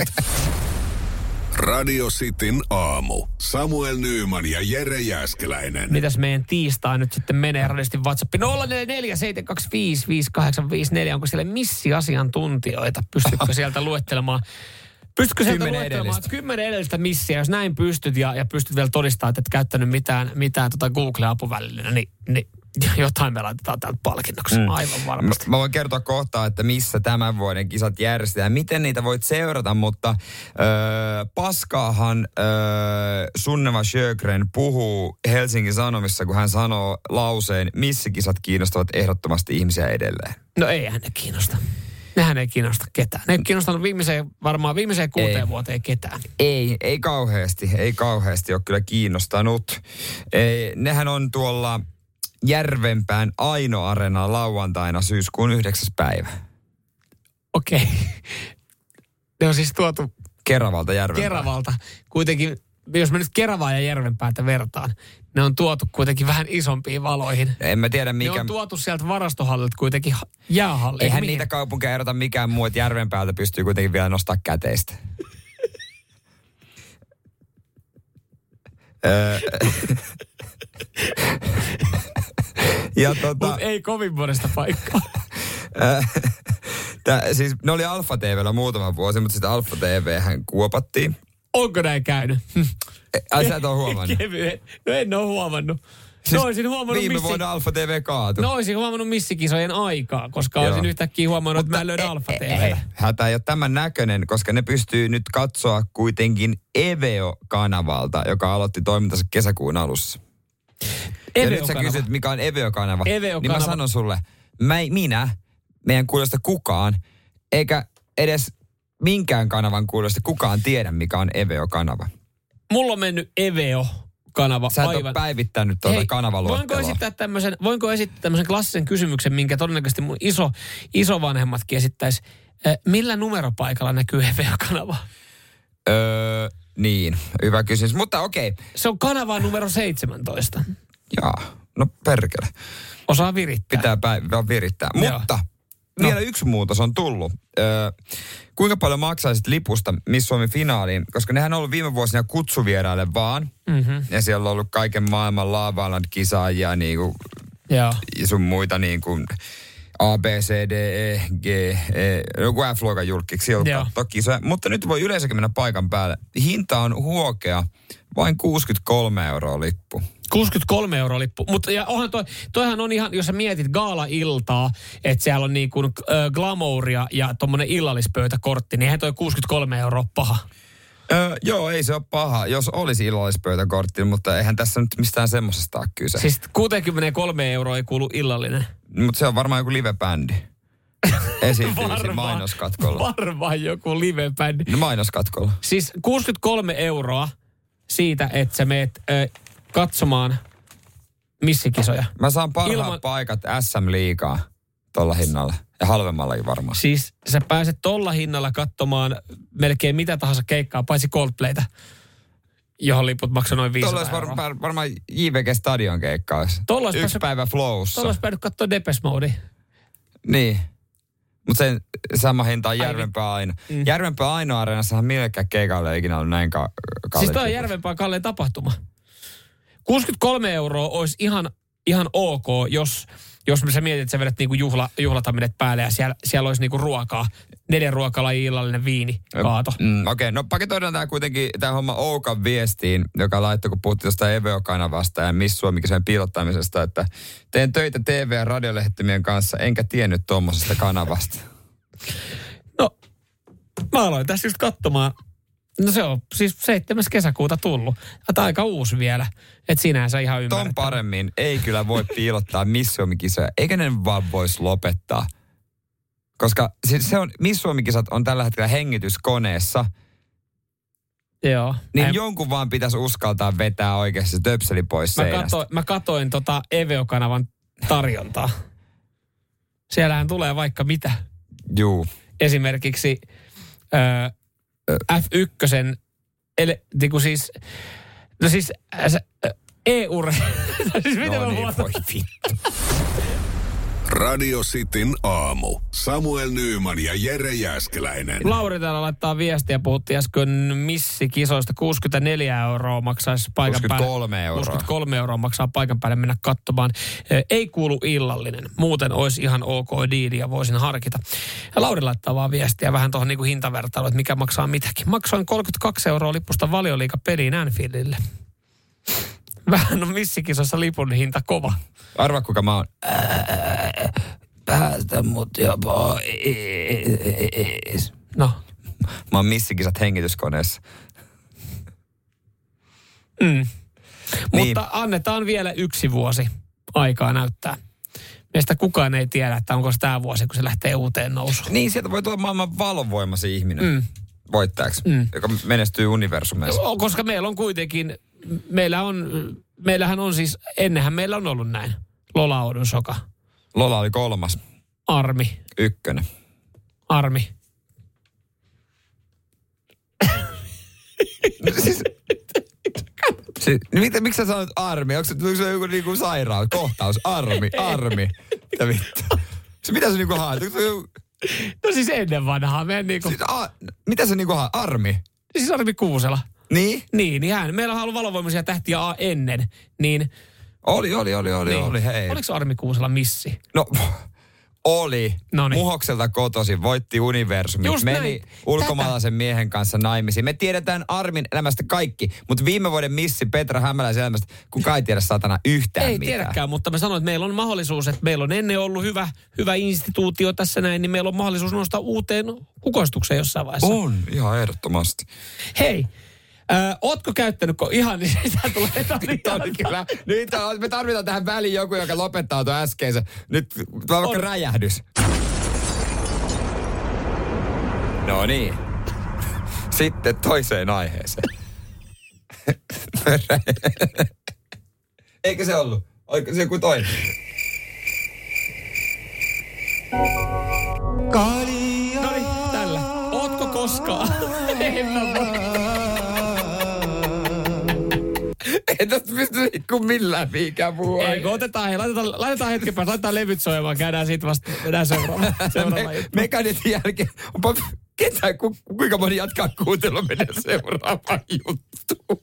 Radio Cityn aamu. Samuel Nyyman ja Jere Jääskeläinen. Mitäs meidän tiistai nyt sitten menee radistin WhatsApp? nolla neljä neljä seitsemän kaksi viisi viisi kahdeksan viisi neljä. Onko siellä missiasiantuntijoita? Pystytkö sieltä luettelemaan? Pystytkö sieltä luettelemaan kymmenen edellistä missiä, jos näin pystyt ja, ja pystyt vielä todistamaan, että et käyttänyt mitään, mitään tota Google-apuvälineenä, niin, niin jotain me laitetaan täältä palkinnoksi, mm. aivan varmasti. Mä, mä voin kertoa kohtaa, että missä tämän vuoden kisat järjestetään, miten niitä voit seurata, mutta öö, paskaahan öö, Sunneva Sjögren puhuu Helsingin Sanomissa, kun hän sanoo lauseen, missä kisat kiinnostavat ehdottomasti ihmisiä edelleen. No ei ne kiinnosta. Nehän ei kiinnosta ketään. Ne ei kiinnostanut viimeiseen, varmaan viimeiseen kuuteen ei. vuoteen ketään. Ei, ei kauheasti. Ei kauheasti ole kyllä kiinnostanut. Ei, nehän on tuolla Järvenpään Aino-areenalla lauantaina syyskuun yhdeksäs päivä. Okei. Okay. Ne on siis tuotu... Keravalta Järvenpään. Keravalta. Kuitenkin, jos mä nyt Keravaa ja Järvenpäätä vertaan, ne on tuotu kuitenkin vähän isompiin valoihin. En mä tiedä mikä... Ne on tuotu sieltä varastohallilta kuitenkin jäähalliin. Eihän mihin? Niitä kaupunkeja erota mikään muu, että Järvenpäältä pystyy kuitenkin vielä nostaa käteistä. ja tota... Mut ei kovin monesta paikkaa. Tää, siis ne oli Alfa T V:llä muutama vuosi, mutta sitten Alfa T V:hän kuopattiin. Onko näin käynyt? Ai sä et ole huomannut? No en ole huomannut. Siis no olisin huomannut viime missi... vuonna Alfa T V kaatui. No olisin huomannut missikisojen aikaa, koska Joo. olisin yhtäkkiä huomannut, mutta että mä en löydä e- Alfa T V:llä. Hätä ei ole tämän näköinen, koska ne pystyy nyt katsoa kuitenkin Eveo-kanavalta, joka aloitti toimintansa kesäkuun alussa. Ja nyt sä kysyt, mikä on Eveo-kanava. Eveo-kanava. Niin mä sanon sulle, mä, minä, meidän kuulosta kukaan, eikä edes minkään kanavan kuulosta kukaan tiedä, mikä on Eveo-kanava. Mulla on mennyt Eveo. Kanava. Sä et aivan. ole päivittänyt tuota kanavaluetteloa. Voinko esittää tämmöisen, voinko esittää tämmöisen klassisen kysymyksen, minkä todennäköisesti mun iso, isovanhemmatkin esittäisi. Millä numeropaikalla näkyy Eveo-kanava? Öö, niin, hyvä kysymys. Mutta okei. Okay. Se on kanava numero seitsemäntoista. Jaa, no perkele. Osaa virittää. Pitää päivää virittää. Joo. Mutta no. Vielä yksi muutos on tullut. Öö, kuinka paljon maksaisit lipusta Miss Suomi finaaliin? Koska nehän on ollut viime vuosina kutsuvieraille vaan. Mm-hmm. Ja siellä on ollut kaiken maailman Love Island-kisaajia niinku, ja sun muita niin kuin A, B, C, D, E, G, E, joku F-luokan julkkiksi toki se. Mutta nyt voi yleisökin mennä paikan päälle. Hinta on huokea, vain kuusikymmentäkolme euroa lippu. kuusikymmentäkolme euroa lippu. Mutta ja onhan toi, toihan on ihan, jos sä mietit gaala-iltaa, että siellä on niin kuin äh, glamouria ja tommonen illallispöytäkortti, niin eihän toi kuusikymmentäkolme euroa paha. Öö, joo, ei se ole paha, jos olisi illallispöytäkortti, mutta eihän tässä nyt mistään semmosesta ole kyse. Siis kuusikymmentäkolme euroa ei kuulu illallinen. Mutta se on varmaan joku live-bändi. Esiintyisi mainoskatkolla. Varmaan joku live-bändi. No mainoskatkolla. Siis kuusikymmentäkolme euroa siitä, että sä meet äh, katsomaan missikisoja. Mä saan parhaat Ilman... paikat S M-liigaa tolla hinnalla. Ja halvemmallakin varmaan. Siis sä pääset tolla hinnalla katsomaan melkein mitä tahansa keikkaa, paitsi Coldplaytä, johon liput maksaa noin viisisataa euroa. Tuolla olisi var, varmaan J V G Stadion keikkaa. Yksi päässyt, päivä Flowssa. Tuolla olisi päänyt katsoa Depeche Modea. Niin. Mutta sen sama hinta on Järvenpää aina. Mm. Järvenpää ainoa areenassahan millekään keikalle ei ikinä ollut näin ka- kalliit. Siis toi on Järvenpää kalleen tapahtuma. kuusikymmentäkolme euroa olisi ihan, ihan ok, jos, jos sä mietit, että sä vedät niinku juhla, juhlataminet päälle ja siellä, siellä olisi niinku ruokaa. Neljän ruokalajin illallinen viini, kaato. Mm, Okei, okay. No paketoidaan tämä kuitenkin, tämä homma Oukan viestiin, joka laittoi, kun puhuttiin tuosta E V O-kanavasta ja Miss Suomi-kisojen piilottamisesta, että teen töitä T V- ja radiolähettimien kanssa, enkä tiennyt tuommoisesta kanavasta. No, mä aloin tässä just katsomaan. No se on siis seitsemäs kesäkuuta tullut. Tämä aika uusi vielä. Että sinähän sä ihan ymmärrät. Ton paremmin ei kyllä voi piilottaa Miss Suomi-kisoja, eikä ne vaan voisi lopettaa. Koska se on, Miss Suomi-kisat on tällä hetkellä hengityskoneessa. Joo. Niin en... jonkun vaan pitäisi uskaltaa vetää oikeasti se töpseli pois mä seinästä. Kato, mä katoin tota E V O-kanavan tarjontaa. Siellähän tulee vaikka mitä. Juu. Esimerkiksi ö, F yksi, ele, niinku siis, no siis E-ur... siis miten no mä niin, voi vittu. Radio Cityn aamu. Samuel Nyyman ja Jere Jääskeläinen. Lauri täällä laittaa viestiä. Puhuttiin äsken missikisoista. kuusikymmentäneljä euroa maksaisi paikan päälle. kuusikymmentäkolme euroa. kuusikymmentäkolme euroa maksaa paikan päälle mennä katsomaan. Ei kuulu illallinen. Muuten olisi ihan ok diili ja voisin harkita. Ja Lauri laittaa vaan viestiä vähän tuohon niin kuin hintavertailuun, että mikä maksaa mitäkin. Maksoin kolmekymmentäkaksi euroa lipusta Valioliiga-peliin Anfieldille. Vähän on missikisossa lipun hinta kova. Arva, kuka mä oon. Päästä mut jo pois. No. Mä oon missikisat hengityskoneessa. Mm. Niin. Mutta annetaan vielä yksi vuosi aikaa näyttää. Meistä kukaan ei tiedä, että onko se tämä vuosi, kun se lähtee uuteen nousuun. Niin, sieltä voi tulla maailman valovoimasi ihminen. Mm. Voittajaksi, mm. joka menestyy universumeissa. No, koska meillä on kuitenkin, meillä on, meillähän on siis, ennenhän meillä on ollut näin. Lola Odunshoka. Lola oli kolmas. Armi. Ykkönen. Armi. siis, siis, mitä, miksi sä sanot armi? Onko se, onko se joku niinku sairaus, kohtaus? Armi, armi. Mitä vittu? Se, mitä se niinku haet? No siis ennen vanhaa. Meidän niinku... Siis, a, mitä se niinku haet? Armi? Siis Armi Kuusela. Niin? Niin, niin hän. Meillä on ollut valovoimaisia tähtiä ennen, niin... Oli, oli, oli, oli, niin. oli, hei. Oliko Armi Kuusela missi? No, oli. Noniin. Muhokselta kotoisin, voitti universumit. Just meni näin. ulkomaalaisen Tätä. miehen kanssa naimisiin. Me tiedetään Armin elämästä kaikki, mutta viime vuoden missi Petra Hämäläisen elämästä kukaan ei tiedä satana yhtään ei mitään. Ei tiedäkään, mutta mä sanoin, että meillä on mahdollisuus, että meillä on ennen ollut hyvä, hyvä instituutio tässä näin, niin meillä on mahdollisuus nostaa uuteen kukoistukseen jossain vaiheessa. On, ihan ehdottomasti. Hei. Ö, ootko käyttänyt, kun ihan niin sitä tulee... Kyllä. Nyt on, me tarvitaan tähän väliin joku, joka lopettaa tuon äskeisen. Nyt vaan vaikka räjähdys. No niin. Sitten toiseen aiheeseen. Eikö se ollut? Oliko se joku toinen? Kalia. No niin, tällä. Ootko koskaan? En mä voi. Ei tästä pysty kuin millään mihinkään puhua. Ei, kun otetaan, hei, laitetaan, laitetaan hetken päästä, laitetaan levyt soimaan, käydään siitä vasta, mennään seuraava, seuraava Me, Mekanetin jälkeen, onpa ketään, ku, kuinka moni jatkaa kuuntelua, mennään seuraavaan juttuun.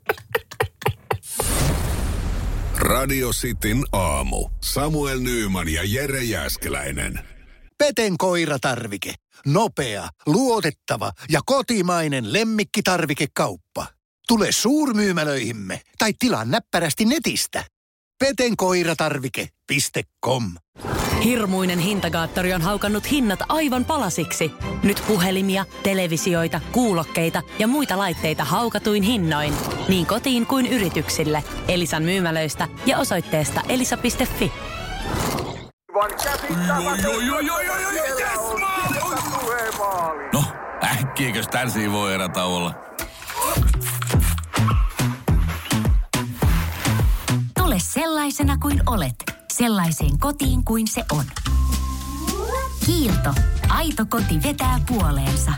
Radio Cityn aamu. Samuel Nyyman ja Jere Jääskeläinen. Peten koiratarvike. Nopea, luotettava ja kotimainen lemmikkitarvikekauppa. Tule suurmyymälöihimme tai tilaa näppärästi netistä. petenkoiratarvike piste com. Hirmuinen hintakaattori on haukannut hinnat aivan palasiksi. Nyt puhelimia, televisioita, kuulokkeita ja muita laitteita haukatuin hinnoin. Niin kotiin kuin yrityksille. Elisan myymälöistä ja osoitteesta elisa piste fi. No, äkkiäkös tän voi erätä olla? Tule sellaisena kuin olet, sellaiseen kotiin kuin se on. Kiilto. Aito koti vetää puoleensa.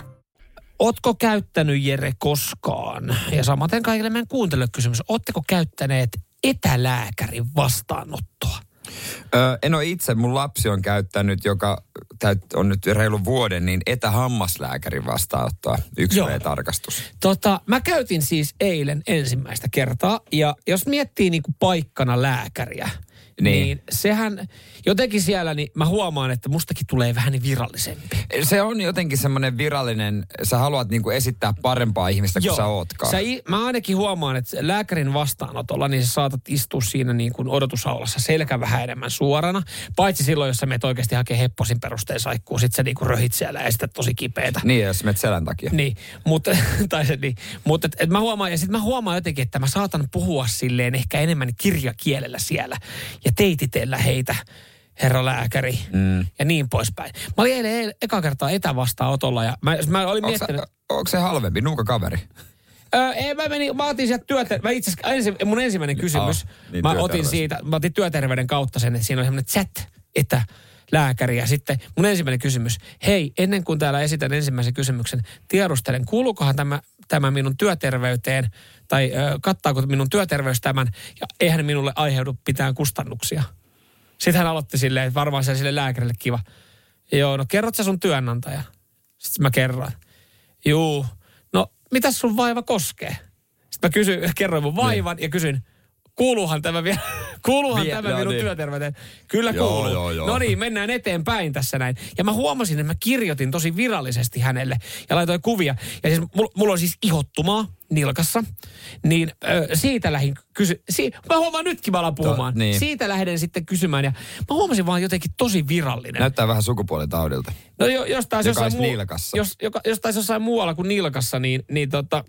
Ootko käyttänyt, Jere, koskaan? Ja samaten kaikille meidän kuuntelijoille kysymys. Ootteko käyttäneet etälääkärin vastaanottoa? Öö, en ole itse. Mun lapsi on käyttänyt, joka on nyt reilun vuoden, niin etähammaslääkärin vastaanottoa. Yksi V-tarkastus. Tota, mä käytin siis eilen ensimmäistä kertaa. Ja jos miettii niinku paikkana lääkäriä, niin. niin sehän jotenkin siellä, niin mä huomaan, että mustakin tulee vähän niin virallisempi. Se on jotenkin semmoinen virallinen, sä haluat niinku esittää parempaa ihmistä kuin Joo. sä ootkaan. Sä, mä ainakin huomaan, että lääkärin vastaanotolla, niin sä saatat istua siinä niin kuin odotusaulassa selkä vähän enemmän suorana. Paitsi silloin, jos sä menet oikeasti hakemaan hepposin perusteen saikkuu, sit sä niinku röhit siellä ja esität tosi kipeätä. Niin, jos menet selän takia. Niin, mutta, tai se, niin, mutta et, et mä huomaan, ja sit mä huomaan jotenkin, että mä saatan puhua silleen ehkä enemmän kirjakielellä siellä. Ja teititellä heitä, herra lääkäri, mm. ja niin poispäin. Mä olin eilen, eilen eka kertaa etävastaanotolla, ja mä, mä olin onko miettinyt... Se, onko se halvempi, nuuka kaveri? Öö, ei, mä menin, mä otin sieltä työter... Mä itse asiassa, ensi, mun ensimmäinen kysymys, oh, niin mä otin siitä, mä otin työterveyden kautta sen, että siinä oli semmoinen chat, että lääkäri, ja sitten mun ensimmäinen kysymys, hei, ennen kuin täällä esitän ensimmäisen kysymyksen, tiedustelen, kuuluukohan tämä, tämä minun työterveyteen, tai ö, kattaako minun työterveys tämän, ja eihän minulle aiheudu pitään kustannuksia. Sitten hän aloitti silleen, että varmaan se sille lääkärille kiva. Joo, no kerrot sä sun työnantaja? Sitten mä kerroin. Juu, no mitäs sun vaiva koskee? Sitten mä kysyin, kerroin mun vaivan ne. ja kysyin, kuuluuhan tämä vielä, kuuluuhan Vie, tämä no minun niin. työterveyteen? Kyllä joo, kuuluu. Joo, joo. No niin, mennään eteenpäin tässä näin. Ja mä huomasin, että mä kirjoitin tosi virallisesti hänelle ja laitoin kuvia. Ja siis mulla, mulla on siis ihottumaa nilkassa. Niin ö, siitä lähdin kysy... Si- mä huomaan nytkin mä alan puhumaan. To, niin. Siitä lähden sitten kysymään ja mä huomasin vaan jotenkin tosi virallinen. Näyttää vähän sukupuolitaudilta. No jo, jos taisi jossain, muu- nilkassa. jos, joka, jos taisi jossain muualla kuin nilkassa, niin, niin tota...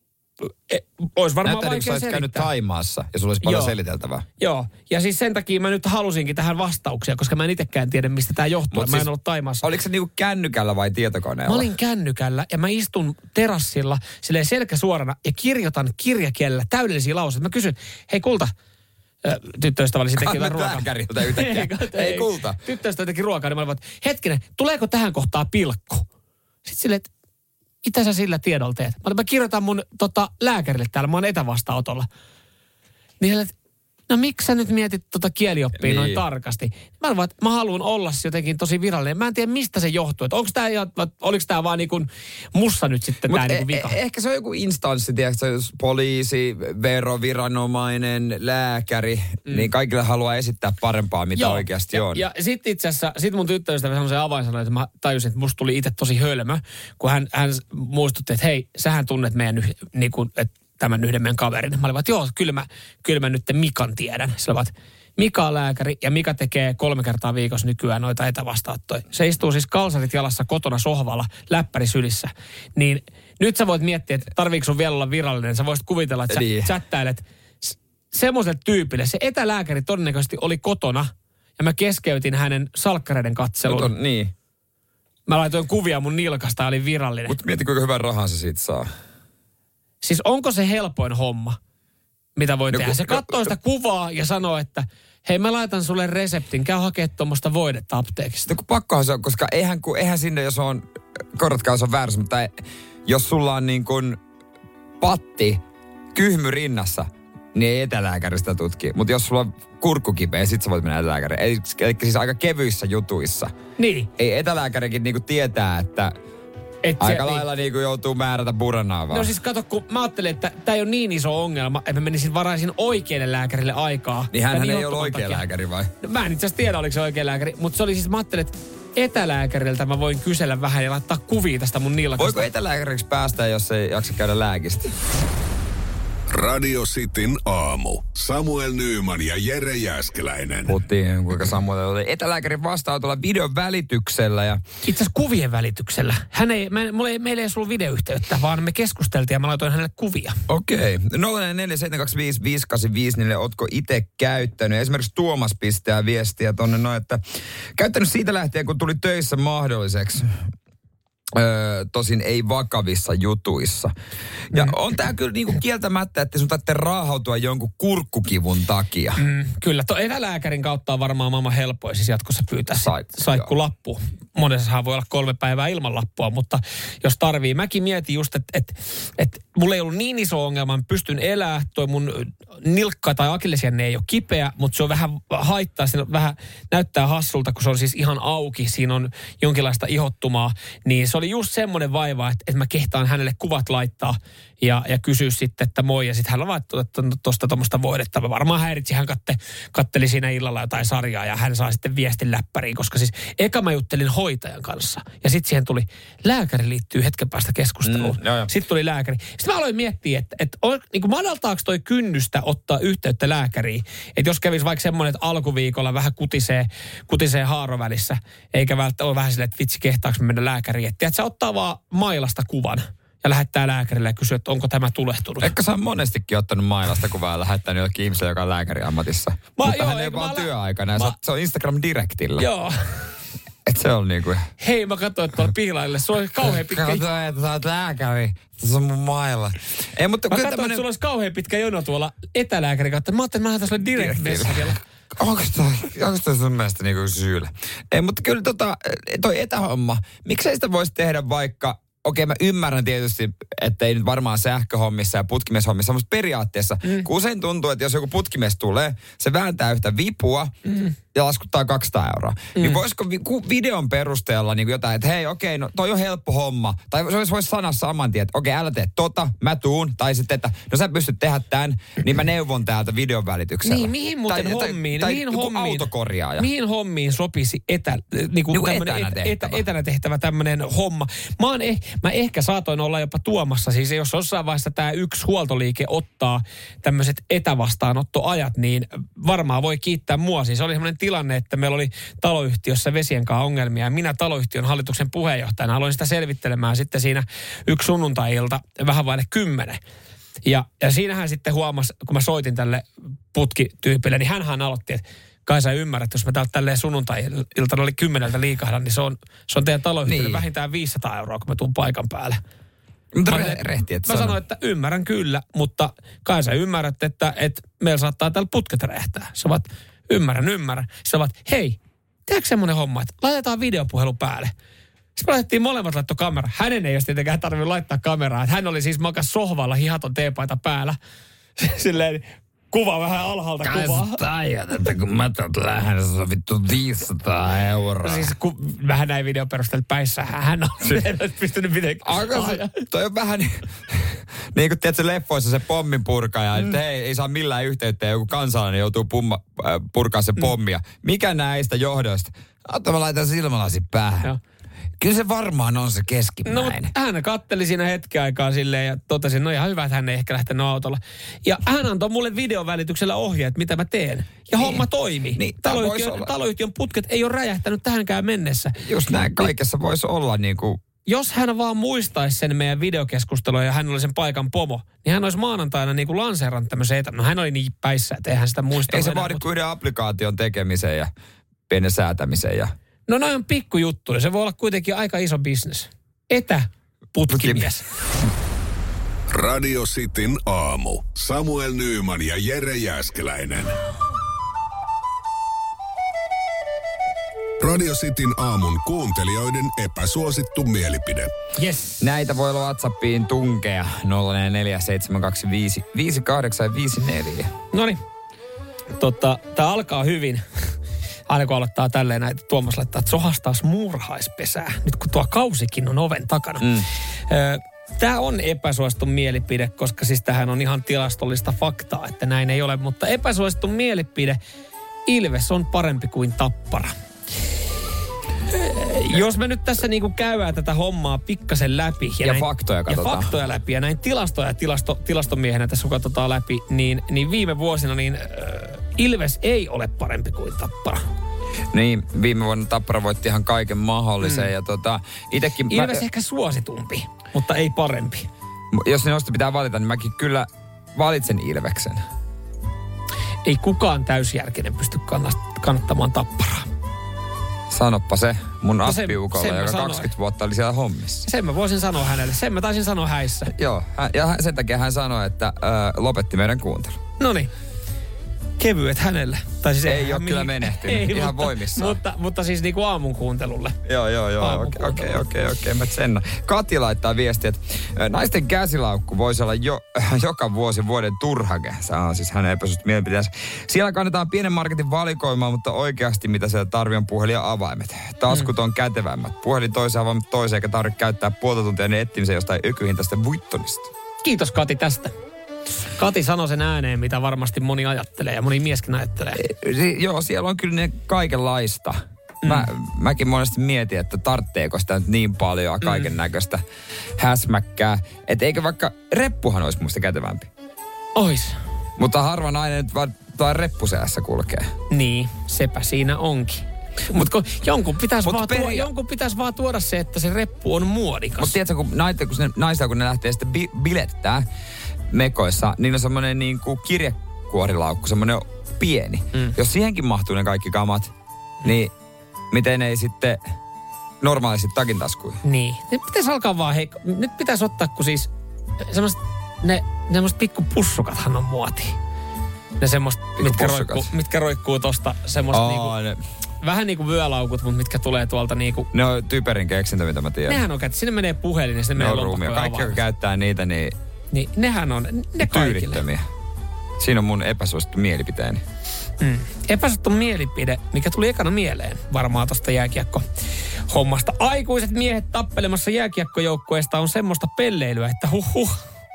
E, olisi varmaan Näyttää, vaikea selittää. Käynyt Thaimaassa ja sulla olisi paljon Joo. seliteltävää. Joo, ja siis sen takia mä nyt halusinkin tähän vastauksia, koska mä en itsekään tiedä, mistä tämä johtuu. Mut mä en siis, ollut Thaimaassa. Oliko se niinku kännykällä vai tietokoneella? Mä olin kännykällä ja mä istun terassilla silleen selkä suorana ja kirjoitan kirjakielellä täydellisiä lauseita. Mä kysyn, hei kulta, tyttöystävällesi teki jotain ruokaa. Lääkäriltä yhtäkkiä. Hei kulta. Tyttöystävä teki ruokaa, niin mä olin, hetkinen, tuleeko tähän kohtaan pilkku? Sitten silleen, että mitä sä sillä tiedolla teet? Mä, olin, mä kirjoitan mun tota, lääkärille täällä, mä oon etävastaanotolla. Niin sille, no miksi sä nyt mietit tota kielioppia niin. noin tarkasti? Mä olin vaan, että mä haluan olla jotenkin tosi virallinen. Mä en tiedä, mistä se johtuu. Että onko tää, oliko tää vaan niin kuin mussa nyt sitten Mut tää e- niin kuin vika? E- ehkä se on joku instanssi, tiedätkö, poliisi, veroviranomainen, lääkäri, mm. niin kaikille haluaa esittää parempaa, mitä Joo. oikeasti ja, on. Ja sit itse asiassa, sit mun tyttöystävä sanoi sen avainsanan, että mä tajusin, että musta tuli itse tosi hölmö, kun hän, hän muistutti, että hei, sähän tunnet meidän niin kuin, että tämän yhden meidän kaverin. Mä olin vaan, että joo, kyllä mä, kyllä mä nyt Mikan tiedän. Sillä vaan, Mika on lääkäri ja Mika tekee kolme kertaa viikossa nykyään noita etävastaanottoja. Se istuu siis kalsarit jalassa kotona sohvalla, läppäri sylissä. Niin nyt sä voit miettiä, että tarviiko sun vielä olla virallinen. Sä voisit kuvitella, että sä niin. chattailet semmoiselle tyypille. Se etälääkäri todennäköisesti oli kotona ja mä keskeytin hänen salkkareiden katselun. On, niin. Mä laitoin kuvia mun nilkasta ja olin virallinen. Mutta mieti, kuinka hyvän rahaa se siitä saa. Siis onko se helpoin homma, mitä voi no, tehdä? Se katsoo no, sitä kuvaa ja sanoo, että hei, mä laitan sulle reseptin, käy hakemaan tuommoista voidetta apteekista. No kun pakkohan se on, koska eihän, kun, eihän sinne, jos on, korjatkaa, jos on väärässä, mutta ei, jos sulla on niin kuin patti, kyhmy rinnassa, niin ei etälääkäristä tutki. Mutta jos sulla on kurkku kipeä, sit sä voit mennä etälääkäriin. Eli, eli siis aika kevyissä jutuissa. Niin. Ei etälääkärikin niinku tietää, että Et aika se, lailla niin. niinku joutuu määrätä buranaa vaan. No siis kato, kun mä ajattelin, että tää ei ole niin iso ongelma, että mä menisin varaisin oikealle lääkärille aikaa. Niin hänhän ei ollut oikea takia. lääkäri vai? No, mä en itse asiassa tiedä, oliko se oikea lääkäri, mutta se oli siis, mä ajattelin, että etälääkäriltä mä voin kysellä vähän ja laittaa kuvia tästä mun nilkasta. Voiko etälääkäriksi päästä, jos ei jaksa käydä lääkistä? Radio Cityn aamu. Samuel Nyyman ja Jere Jääskeläinen. Puhuttiin, kuinka Samuel oli etälääkärin vastaanotolla videon välityksellä. Ja... Itse asiassa kuvien välityksellä. Hän ei, me, ei, meillä ei ollut videoyhteyttä, vaan me keskusteltiin ja mä laitoin hänelle kuvia. Okei. Okay. nolla neljä seitsemän kaksi viisi viisi kahdeksan viisi neljä, ootko itse käyttänyt? Esimerkiksi Tuomas pistää viestiä tonne noin, että käyttänyt siitä lähtien, kun tuli töissä mahdolliseksi. Öö, tosin ei vakavissa jutuissa. Ja mm. on tää kyllä niinku kieltämättä, että sun tarvitsee raahautua jonkun kurkkukivun takia. Mm, kyllä, tuo etälääkärin kautta on varmaan maailman helpoin siis jatkossa pyytää Sait, saikkulappu. Monessahan voi olla kolme päivää ilman lappua, mutta jos tarvii. Mäkin mietin just, että et, et, mulla ei ollut niin iso ongelma, mä pystyn elämään, toi mun nilkka tai akillesjänne ei ole kipeä, mutta se on vähän haittaa, se vähän näyttää hassulta, kun se on siis ihan auki, siinä on jonkinlaista ihottumaa, niin se oli just semmoinen vaiva, että, että mä kehtaan hänelle kuvat laittaa ja, ja kysyä sitten, että moi. Ja sitten hän on laittanut tuosta tuommoista voidetta. Mä varmaan häiritsi, hän katte, katteli siinä illalla jotain sarjaa ja hän saa sitten viestin läppäriin. Koska siis eka mä juttelin hoitajan kanssa ja sitten siihen tuli, lääkäri liittyy hetken päästä keskusteluun. Mm, sitten tuli lääkäri. Sitten mä aloin miettiä, että, että on, niin kuin madaltaako toi kynnystä ottaa yhteyttä lääkäriin. Että jos kävisi vaikka semmoinen, että alkuviikolla vähän kutisee, kutisee haarovälissä, eikä välttämättä ole vähän silleen, että vitsi kehtaako me mennä lääkäriin. Että sä ottaa vaan mailasta kuvan ja lähettää lääkärille ja kysyy, että onko tämä tulehtunut. Ehkä sä on monestikin ottanut mailasta kuvaa ja lähettänyt jollekin ihmiselle, joka on lääkäriammatissa. Mä, Mutta joo, hän ei vaan lä- työaikana ja mä... se on Instagram-direktillä. Joo. Että se on niinku... Hei, mä katsoin tuolla piilaille. Se on kauhean pitkä... Katsoin, että sä oot lääkäri. Se on mun mailla. Ei, mutta mä katsoin, tämmönen... että sulla olisi kauhean pitkä jono tuolla etälääkärin kautta. Mä ajattelin, että mä lähdetään sulle direktiivissä vielä. Onko toi sun mielestä niinku syylä? Ei, mutta kyllä tota, toi etähomma, miksei sitä voisi tehdä vaikka... Okei, mä ymmärrän tietysti, että ei nyt varmaan sähköhommissa ja putkimieshommissa, mutta periaatteessa, mm. kun usein tuntuu, että jos joku putkimies tulee, se vääntää yhtä vipua mm. ja laskuttaa kaksisataa euroa. Mm. Niin voisiko vi- videon perusteella niin jotain, että hei, okei, no toi on helppo homma. Tai se voisi sanoa saman tien, että okei, älä tee tota, mä tuun. Tai sitten, että no sä pystyt tehdä tämän, niin mä neuvon täältä videon välityksellä. Niin, mihin muuten tai, hommiin? Tai, mihin tai hommiin, autokorjaaja. Mihin hommiin sopisi etä, niin kuin niin etänä, et, tehtävä. Et, etänä tehtävä tämmöinen homma? Mä, oon eh, mä ehkä saatoin olla jopa tuomassa, siis jos jossain vaiheessa tämä yksi huoltoliike ottaa tämmöiset etävastaanottoajat, niin varmaan voi kiittää mua. Siis oli semmoinen tilanne, että meillä oli taloyhtiössä vesien kanssa ongelmia ja minä taloyhtiön hallituksen puheenjohtajana aloin sitä selvittelemään sitten siinä yksi sunnuntai-ilta vähän vaille kymmenen. Ja, ja siinähän sitten huomasi, kun mä soitin tälle putkityypille, niin hänhän aloitti, että kai sä ymmärrät, jos mä täältä tälleen sunnuntai-iltana oli kymmeneltä liikahdan, niin se on, se on teidän taloyhtiölle niin vähintään viisisataa euroa, kun mä tuun paikan päälle. Mutta mä, re- rehti, että mä sanoin, että ymmärrän kyllä, mutta kai sä ymmärrät, että, että meillä saattaa täällä putket räjähtää. Sä ovat, ymmärrän, ymmärrän. Sä ovat, hei, tehdäänkö semmoinen homma, että laitetaan videopuhelu päälle. Sitten me laitettiin molemmat laitto kamera. Hänen ei olisi tietenkään tarvinnut laittaa kameraa. Hän oli siis makas sohvalla hihaton teepaita päällä. Silleen kuva vähän alhaalta kai kuvaa. Kai sä tajat, että kun mä tuot lähden, se on vittu viisisataa euroa. Siis kun vähän näin videon perusteella päissä, hän on pystynyt mitenkään. Toi on vähän niin, niin kuin tiedätkö leffoissa se pommin purkaja, mm. että hei, ei saa millään yhteyttä ja joku kansalainen joutuu pumma, äh, purkaa se pommia. Mm. Mikä näistä johdoista? Otta mä laitan silmälasin päähän. Joo. Kyllä se varmaan on se keskimmäinen. No, hän katteli siinä hetken aikaa silleen ja totesi, no ihan hyvä, että hän ei ehkä lähtenyt autolla. Ja hän antoi mulle videon välityksellä ohjeet, mitä mä teen. Ja niin. Homma toimi. Niin, taloyhtiön, taloyhtiön putket ei ole räjähtänyt tähänkään mennessä. Just näin kaikessa voisi olla niin kuin... Jos hän vaan muistaisi sen meidän videokeskustelua ja hän oli sen paikan pomo, niin hän olisi maanantaina niin kuin lanseerannut tämmöisen etä. No hän oli niin päissä, että eihän sitä muista. Ei se vaadi kuin yhden applikaation tekemiseen ja pienen säätämiseen ja... No noin on pikkujuttuja. Se voi olla kuitenkin aika iso bisnes. Etäputkimies. Radio Cityn aamu. Samuel Nyyman ja Jere Jääskeläinen. Radio Cityn aamun kuuntelijoiden epäsuosittu mielipide. Yes. Näitä voi WhatsAppiin tunkea nolla neljä seitsemän kaksi viisi viisi kahdeksan viisi neljä. Noniin. Totta, tää alkaa hyvin. Aina kun aloittaa tälleen näitä, Tuomas laittaa, että sohastaas muurhaispesää, nyt kun tuo kausikin on oven takana. Mm. Tämä on epäsuosittu mielipide, koska siis tähän on ihan tilastollista faktaa, että näin ei ole. Mutta epäsuosittu mielipide, Ilves on parempi kuin Tappara. Jos me nyt tässä niinku käydään tätä hommaa pikkasen läpi. Ja, ja näin, faktoja katsotaan. Ja faktoja läpi ja näin tilastoja tilasto, tilastomiehenä tässä kun katsotaan läpi, niin, niin viime vuosina niin äh, Ilves ei ole parempi kuin Tappara. Niin, viime vuonna Tappara voitti ihan kaiken mahdollisen. Mm. Ja tota, itekin, Ilves mä, ehkä suositumpi, mutta ei parempi. Jos noista pitää valita, niin mäkin kyllä valitsen Ilveksen. Ei kukaan täysjärkinen pysty kannattamaan Tapparaa. Sanoppa se mun no appiukolla, joka sanoin. kaksikymmentä vuotta oli siellä hommissa. Sen mä voisin sanoa hänelle. Sen mä taisin sanoa häissä. Joo, ja sen takia hän sanoi, että ö, lopetti meidän kuuntelu. Noniin. Kevyet hänelle. Tai siis ei ole mihin... kyllä menehtynyt, ei, ihan mutta, voimissaan. Mutta, mutta siis niinku aamun kuuntelulle. Joo, joo, joo. Okei, okei, okei. Mä sen. Kati laittaa viestiä, että naisten käsilaukku voisi olla jo, joka vuosi vuoden turhake. Se on siis hänen epäsuhti mielipiteensä. Siellä kannetaan pienen marketin valikoimaa, mutta oikeasti mitä siellä tarvii on puhelin ja avaimet. Taskut on kätevämmät. Puhelin toiseen, avaimet toiseen, eikä tarvitse käyttää puolta tuntia ne etsimiseen jostain ökyhintaista vuittonista. Kiitos Kati tästä. Kati sanoi sen ääneen, mitä varmasti moni ajattelee ja moni mieskin ajattelee. Si- joo, siellä on kyllä ne kaikenlaista. Mm. Mä, mäkin monesti mietin, että tartteeko sitä nyt niin paljon kaiken näköistä mm. häsmäkkää. Että eikö vaikka reppuhan olisi musta kätevämpi. Ois. Mutta harva nainen nyt vaan, vaan reppuseässä kulkee. Niin, sepä siinä onkin. Mutta jonkun pitäisi Mut vaan, peria- tuo, jonkun pitäis vaan tuoda se, että se reppu on muodikas. Mutta tiedätkö, kun naista, kun, ne, naista, kun ne lähtee sitten bi- bilettää mekoissa, niin on semmoinen niin kuin kirjekuorilaukku, semmoinen pieni. Mm. Jos siihenkin mahtuu ne kaikki kamat, mm. niin miten ei sitten normaalisti takin taskuihin? Niin. Nyt pitäisi alkaa vaan, hei, nyt pitäisi ottaa, kun siis semmoiset, ne, ne semmoiset pikkupussukathan on muotia. Ne semmoiset, mitkä roikkuu, mitkä roikkuu tosta semmoista oh, niinku, ne. Vähän niinku vyölaukut, mutta mitkä tulee tuolta niinku... Ne on typerin keksintö, mitä mä tiedän. Nehän on käyty, sinne menee puhelin ja sinne ne menee lompakko. Kaikki, jotka käyttää niitä, niin... Niin, nehän on, ne kaikille. Siinä on mun epäsuosittu mielipiteeni. Mm. Epäsuosittu mielipide, mikä tuli ekana mieleen varmaan tosta jääkiekko-hommasta. Aikuiset miehet tappelemassa jääkiekkojoukkueesta on semmoista pelleilyä, että huh huh.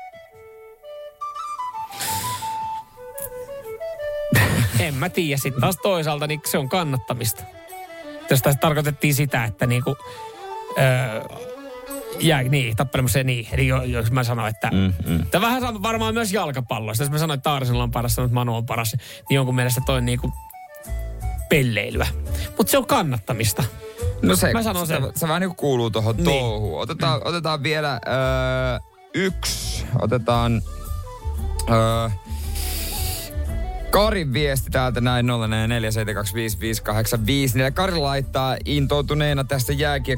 En mä tiedä. Sitten taas toisaalta niin se on kannattamista. Jos taas tarkoitettiin sitä, että niinku... Öö, jää, niin, tappelemassa ja niin. Eli jos mä sanoin, että... Mm, mm. Tämä vähän varmaan myös jalkapalloista. Jos mä sanoin, että Taarisella on paras, sanoin, että Manu on paras, niin jonkun mielestä toi niinku pelleilyä. Mutta se on kannattamista. No se, mä sanon sen. Se, se vähän niinku kuuluu tuohon niin. touhuun. Otetaan, mm. otetaan vielä öö, yksi. Otetaan... Öö, Karin viesti täältä näin nolla neljä seitsemän kaksi viisi viisi kahdeksan viisi. Kari laittaa intoutuneena tästä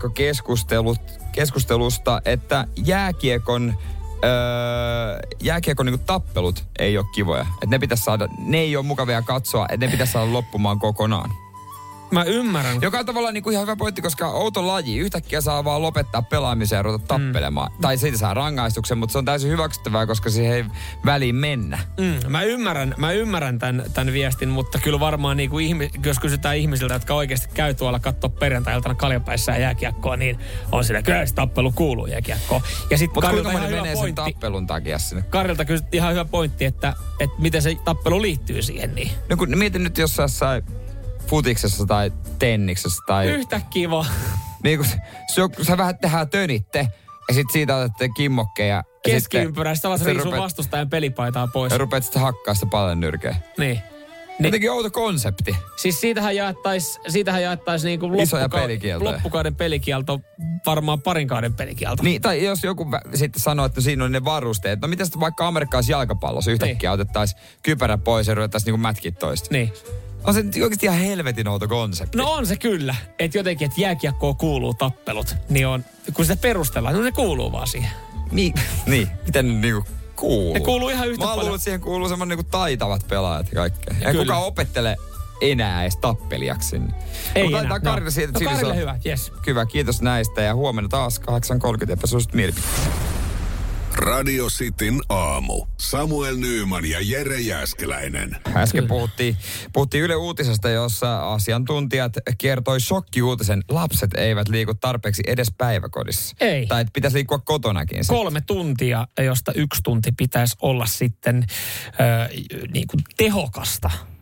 jääkiekko-keskustelusta, että jääkiekon, öö, jääkiekon niinku tappelut ei ole kivoja. Että ne pitäisi saada, ne ei ole mukavia katsoa, että ne pitäisi saada loppumaan kokonaan. Mä ymmärrän. Joka on tavallaan niinku ihan hyvä pointti, koska outo laji. Yhtäkkiä saa vaan lopettaa pelaamisen ja ruveta tappelemaan. Mm. Tai siitä saa rangaistuksen, mutta se on täysin hyväksyttävää, koska siihen ei väliin mennä. Mm. Mä ymmärrän, mä ymmärrän tämän, tämän viestin, mutta kyllä varmaan niinku ihmi, jos kysytään ihmisiltä, jotka oikeasti käy tuolla katsoa perjantai-iltana kaljapäissään jääkiekkoa, niin on siinä kyllä se tappelu kuuluu jääkiekkoon. Mutta kuinka moni menee sen tappelun takia sinne? Karilta kyllä ihan hyvä pointti, että, että miten se tappelu liittyy siihen. Niin. No kun mietin nyt jossain futiksessa tai tenniksessä tai... Yhtäkkiä vaan. Niin kun sä vähän tehdään tönitte ja sit siitä otatte kimmokkeja. Keskiympyräistä alas riisuu rupeat... vastustajan pelipaitaa pois. Ja rupeat sitten hakkaa sitä paljon nyrkeä. Niin. Jotenkin outo konsepti. Siis siitähän jaettais, siitähän jaettais niinku loppuka- loppukauden pelikielto, varmaan parin kauden pelikielto. Niin, tai jos joku vä- sitten sanoo, että siinä on ne varusteet. No mitä sitten vaikka amerikkalaisessa jalkapallossa yhtäkkiä niin. Otettaisiin kypärä pois ja ruvettaisiin niinku mätkiä toista. Niin. On se oikeasti ihan helvetin outo konsepti. No on se kyllä. Että jotenkin, että jääkiekkoon kuuluu tappelut. Niin on, kun sitä perustellaan, niin ne kuuluu vaan siihen. Niin, niin. Miten ne niinku kuuluu? Ne kuuluu ihan yhtä Mä paljon. Mä luulen, että siihen kuuluu semmoinen niinku taitavat pelaajat ja kaikkea. Ja kukaan opettele enää edes tappelijaksi sinne. Ei Mutta enää. Karille no. siitä, no Karille hyvä, yes. Hyvä, kiitos näistä. Ja huomenna taas kahdeksan kolmekymmentä epäsuosittu mielipiteet. Radio Cityn aamu. Samuel Nyyman ja Jere Jääskeläinen. Äsken puhuttiin, puhuttiin Yle Uutisesta, jossa asiantuntijat kertoi shokkiuutisen. Lapset eivät liiku tarpeeksi edes päiväkodissa. Ei. Tai että pitäisi liikkua kotonakin. Kolme sitten. tuntia, josta yksi tunti pitäisi olla sitten äh, niin kuin tehokasta.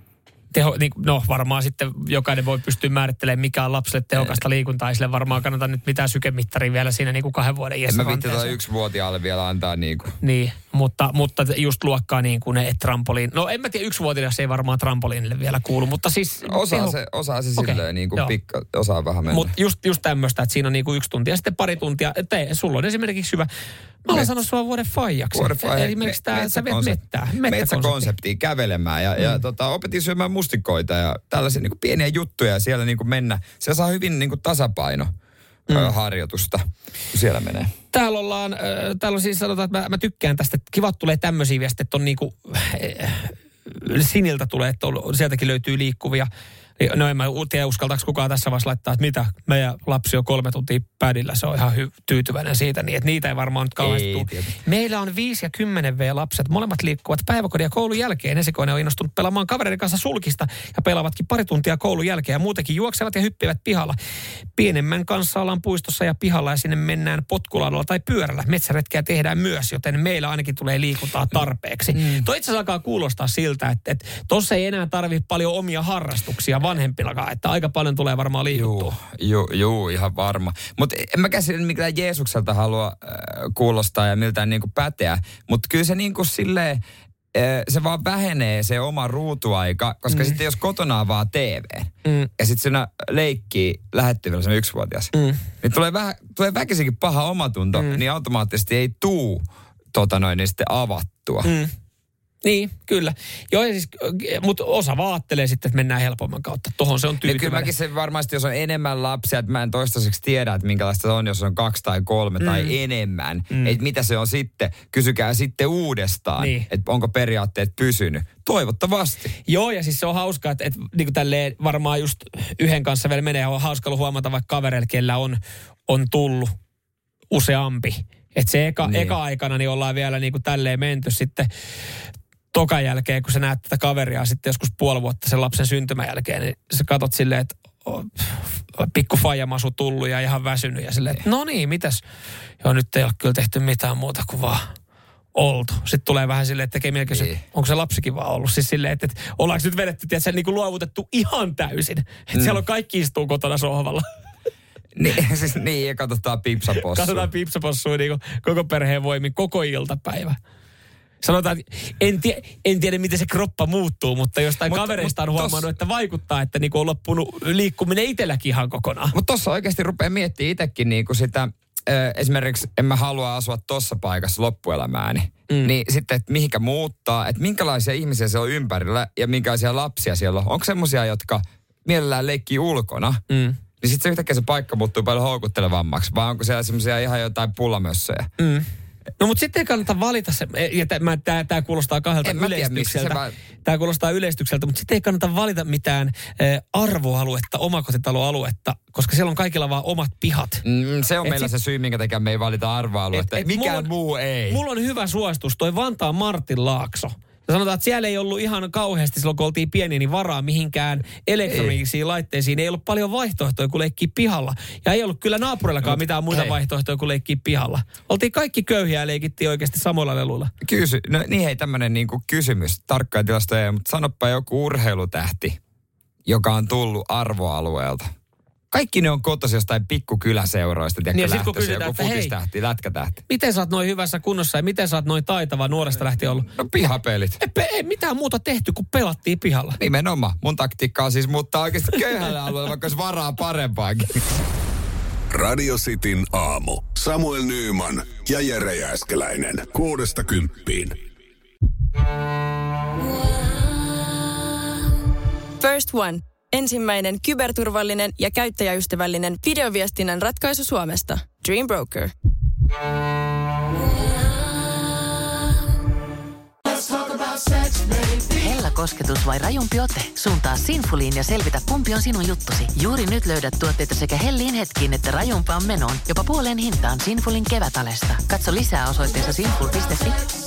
teho, niin, no varmaan sitten jokainen voi pystyä määrittelemään, mikä on lapselle tehokasta liikuntaa. Ei sille varmaan kannata nyt mitään sykemittaria vielä siinä niin kuin kahden vuoden iässä. En mä vitti tuota yksivuotiaalle vielä antaa niin kuin. Niin, mutta, mutta just luokkaa niin kuin ne trampoliin. No en mä tiedä, yksivuotias ei varmaan trampoliinille vielä kuulu, mutta siis. Osaa teho... se, osaa se okay. silleen niin kuin pikka, osaa vähän mennä. Mutta just, just tämmöistä, että siinä on niin kuin yksi tunti ja sitten pari tuntia. Te, sulla on esimerkiksi hyvä. Mä olen sanonut sua vuoden faijaksi. Vuoden faijaksi. Esimerkiksi tää, sä vet mettää. Metsäkonseptia kävelemään ja, mm. ja tota, opetin syömään mustikoita ja tällaisia niin kuin pieniä juttuja ja siellä niin kuin mennä. Siellä saa hyvin niin kuin tasapaino mm. harjoitusta, kun siellä menee. Täällä ollaan, äh, täällä on siis sanotaan, että mä, mä tykkään tästä, että kivat tulee tämmöisiä viestejä, että on niin kuin, äh, Siniltä tulee, että on, sieltäkin löytyy liikkuvia. No en mä tiedä, uskaltaako kukaan tässä vaiheessa laittaa, että mitä, meidän lapsi on kolme tuntia pädillä, se on ihan hy- tyytyväinen siitä, niin että niitä ei varmaan nyt kauheasti tule. Meillä on viisi ja kymmenen V-lapset, molemmat liikkuvat päiväkodin ja koulun jälkeen. Esikoinen on innostunut pelaamaan kavereiden kanssa sulkista ja pelaavatkin pari tuntia koulun jälkeen ja muutenkin juoksevat ja hyppivät pihalla. Pienemmän kanssa ollaan puistossa ja pihalla ja sinne mennään potkulaudalla tai pyörällä. Metsäretkeä tehdään myös, joten meillä ainakin tulee liikuntaa tarpeeksi. Mm. Tuo itse asiassa alkaa kuulostaa siltä, että, että tuossa ei enää tarvitse paljon omia harrastuksia vanhempinakaan, että aika paljon tulee varmaan liikuttua. Juu, juu, juu ihan varma. Mutta en mä käsin mikään Jeesukselta halua äh, kuulostaa ja miltään niinku päteä, mutta kyllä se niinku silleen, äh, se vaan vähenee se oma ruutuaika, koska mm. sitten jos kotona on vaan T V mm. ja sitten siinä leikkii lähettyvillä se yksivuotias, mm. niin tulee, vähän, tulee väkisinkin paha omatunto, mm. niin automaattisesti ei tuu tota noin, niin sitten avattua. Mm. Niin, kyllä. Joo, ja siis, mutta osa vaattelee sitten, että mennään helpomman kautta. Tohon se on tyytyväinen. Kyllä mäkin se varmasti, jos on enemmän lapsia, että mä en toistaiseksi tiedä, että minkälaista se on, jos on kaksi tai kolme mm. tai enemmän. Mm. Että mitä se on sitten. Kysykää sitten uudestaan, niin. Että onko periaatteet pysynyt. Toivottavasti. Joo, ja siis se on hauskaa, että, että niin kuin tälleen varmaan just yhden kanssa vielä menee. On hauska huomata vaikka kavereilla, kellä on, on tullut useampi. Että se eka, niin. eka aikana niin ollaan vielä niin kuin tälleen menty sitten tokan jälkeen, kun sä näet tätä kaveria sitten joskus puoli vuotta sen lapsen syntymän jälkeen, niin sä katot silleen, että oh, pikku faijamasu tullut ja ihan väsynyt ja silleen, että no niin, mitäs? Joo, nyt ei ole kyllä tehty mitään muuta kuin vaan oltu. Sitten tulee vähän silleen, että tekee melkein niin. se, onko se lapsikin vaan ollut? Siis silleen, että, että ollaanko nyt vedetty, että se niin kuin luovutettu ihan täysin. Että mm. siellä on kaikki istuu kotona sohvalla. Niin, siis niin, ja katsotaan Pipsapossua. Katsotaan Pipsapossua niin kuin koko perheen voimin, koko iltapäivä. Sanotaan, en, tie, en tiedä, miten se kroppa muuttuu, mutta jostain mut, kavereista on huomannut, tos, että vaikuttaa, että niinku on loppunut liikkuminen itselläkin ihan kokonaan. Mutta tuossa oikeasti rupeaa miettimään itsekin niinku sitä, äh, esimerkiksi en mä halua asua tuossa paikassa loppuelämääni. Mm. Niin sitten, että mihinkä muuttaa, että minkälaisia ihmisiä siellä on ympärillä ja minkälaisia lapsia siellä on. Onko semmoisia, jotka mielellään leikkii ulkona? Mm. Niin sitten se yhtäkkiä se paikka muuttuu paljon houkuttelevammaksi, vai onko siellä semmoisia ihan jotain pullamössöjä? Mm. No mutta sitten ei kannata valita se, ja tämä kuulostaa kahdelta yleistykseltä, va... tämä kuulostaa yleistykseltä, mutta sitten ei kannata valita mitään ä, arvoaluetta, omakotitaloaluetta, koska siellä on kaikilla vaan omat pihat. Mm, se on et meillä sit... se syy, minkä takia me ei valita arvoaluetta, et, et mikään on, muu ei. Mulla on hyvä suositus, toi Vantaan Martinlaakso. Ja sanotaan, että siellä ei ollut ihan kauheasti, silloin kun oltiin pieniä, niin varaa mihinkään elektronisiin laitteisiin. Ei ollut paljon vaihtoehtoja kuin leikkiä pihalla. Ja ei ollut kyllä naapurillakaan mitään muita ei. vaihtoehtoja kuin leikkiä pihalla. Oltiin kaikki köyhiä ja leikittiin oikeasti samoilla leluilla. Kysy, no niin hei, tämmöinen niinku kysymys, tarkkaa tilasta ei, mutta sanoppa joku urheilutähti, joka on tullut arvoalueelta. Kaikki ne on kotoisin jostain pikkukyläseuroista, tiedätkö, niin lähtöisiä, joku futistähti, lätkätähti. Miten sä oot noin hyvässä kunnossa ja miten sä oot noin taitava nuoresta lähtien ollut? No pihapelit. Ei, ei mitään muuta tehty, kun pelattiin pihalla. Nimenomaan. Mun taktiikka on siis muuttaa oikeasti köyhällä alueella, vaikka olisi varaa parempaankin. Radio Cityn aamu. Samuel Nyyman ja Jere Jääskeläinen. Kuudesta kymppiin. First One. Ensimmäinen kyberturvallinen ja käyttäjäystävällinen videoviestinnän ratkaisu Suomesta. Dream Broker. Hella kosketus vai rajumpi ote? Suuntaa Sinfuliin ja selvitä, kumpi on sinun juttusi. Juuri nyt löydät tuotteita sekä helliin hetkiin että rajumpaan menoon. Jopa puoleen hintaan Sinfulin kevätalesta. Katso lisää osoitteessa sinful piste fi.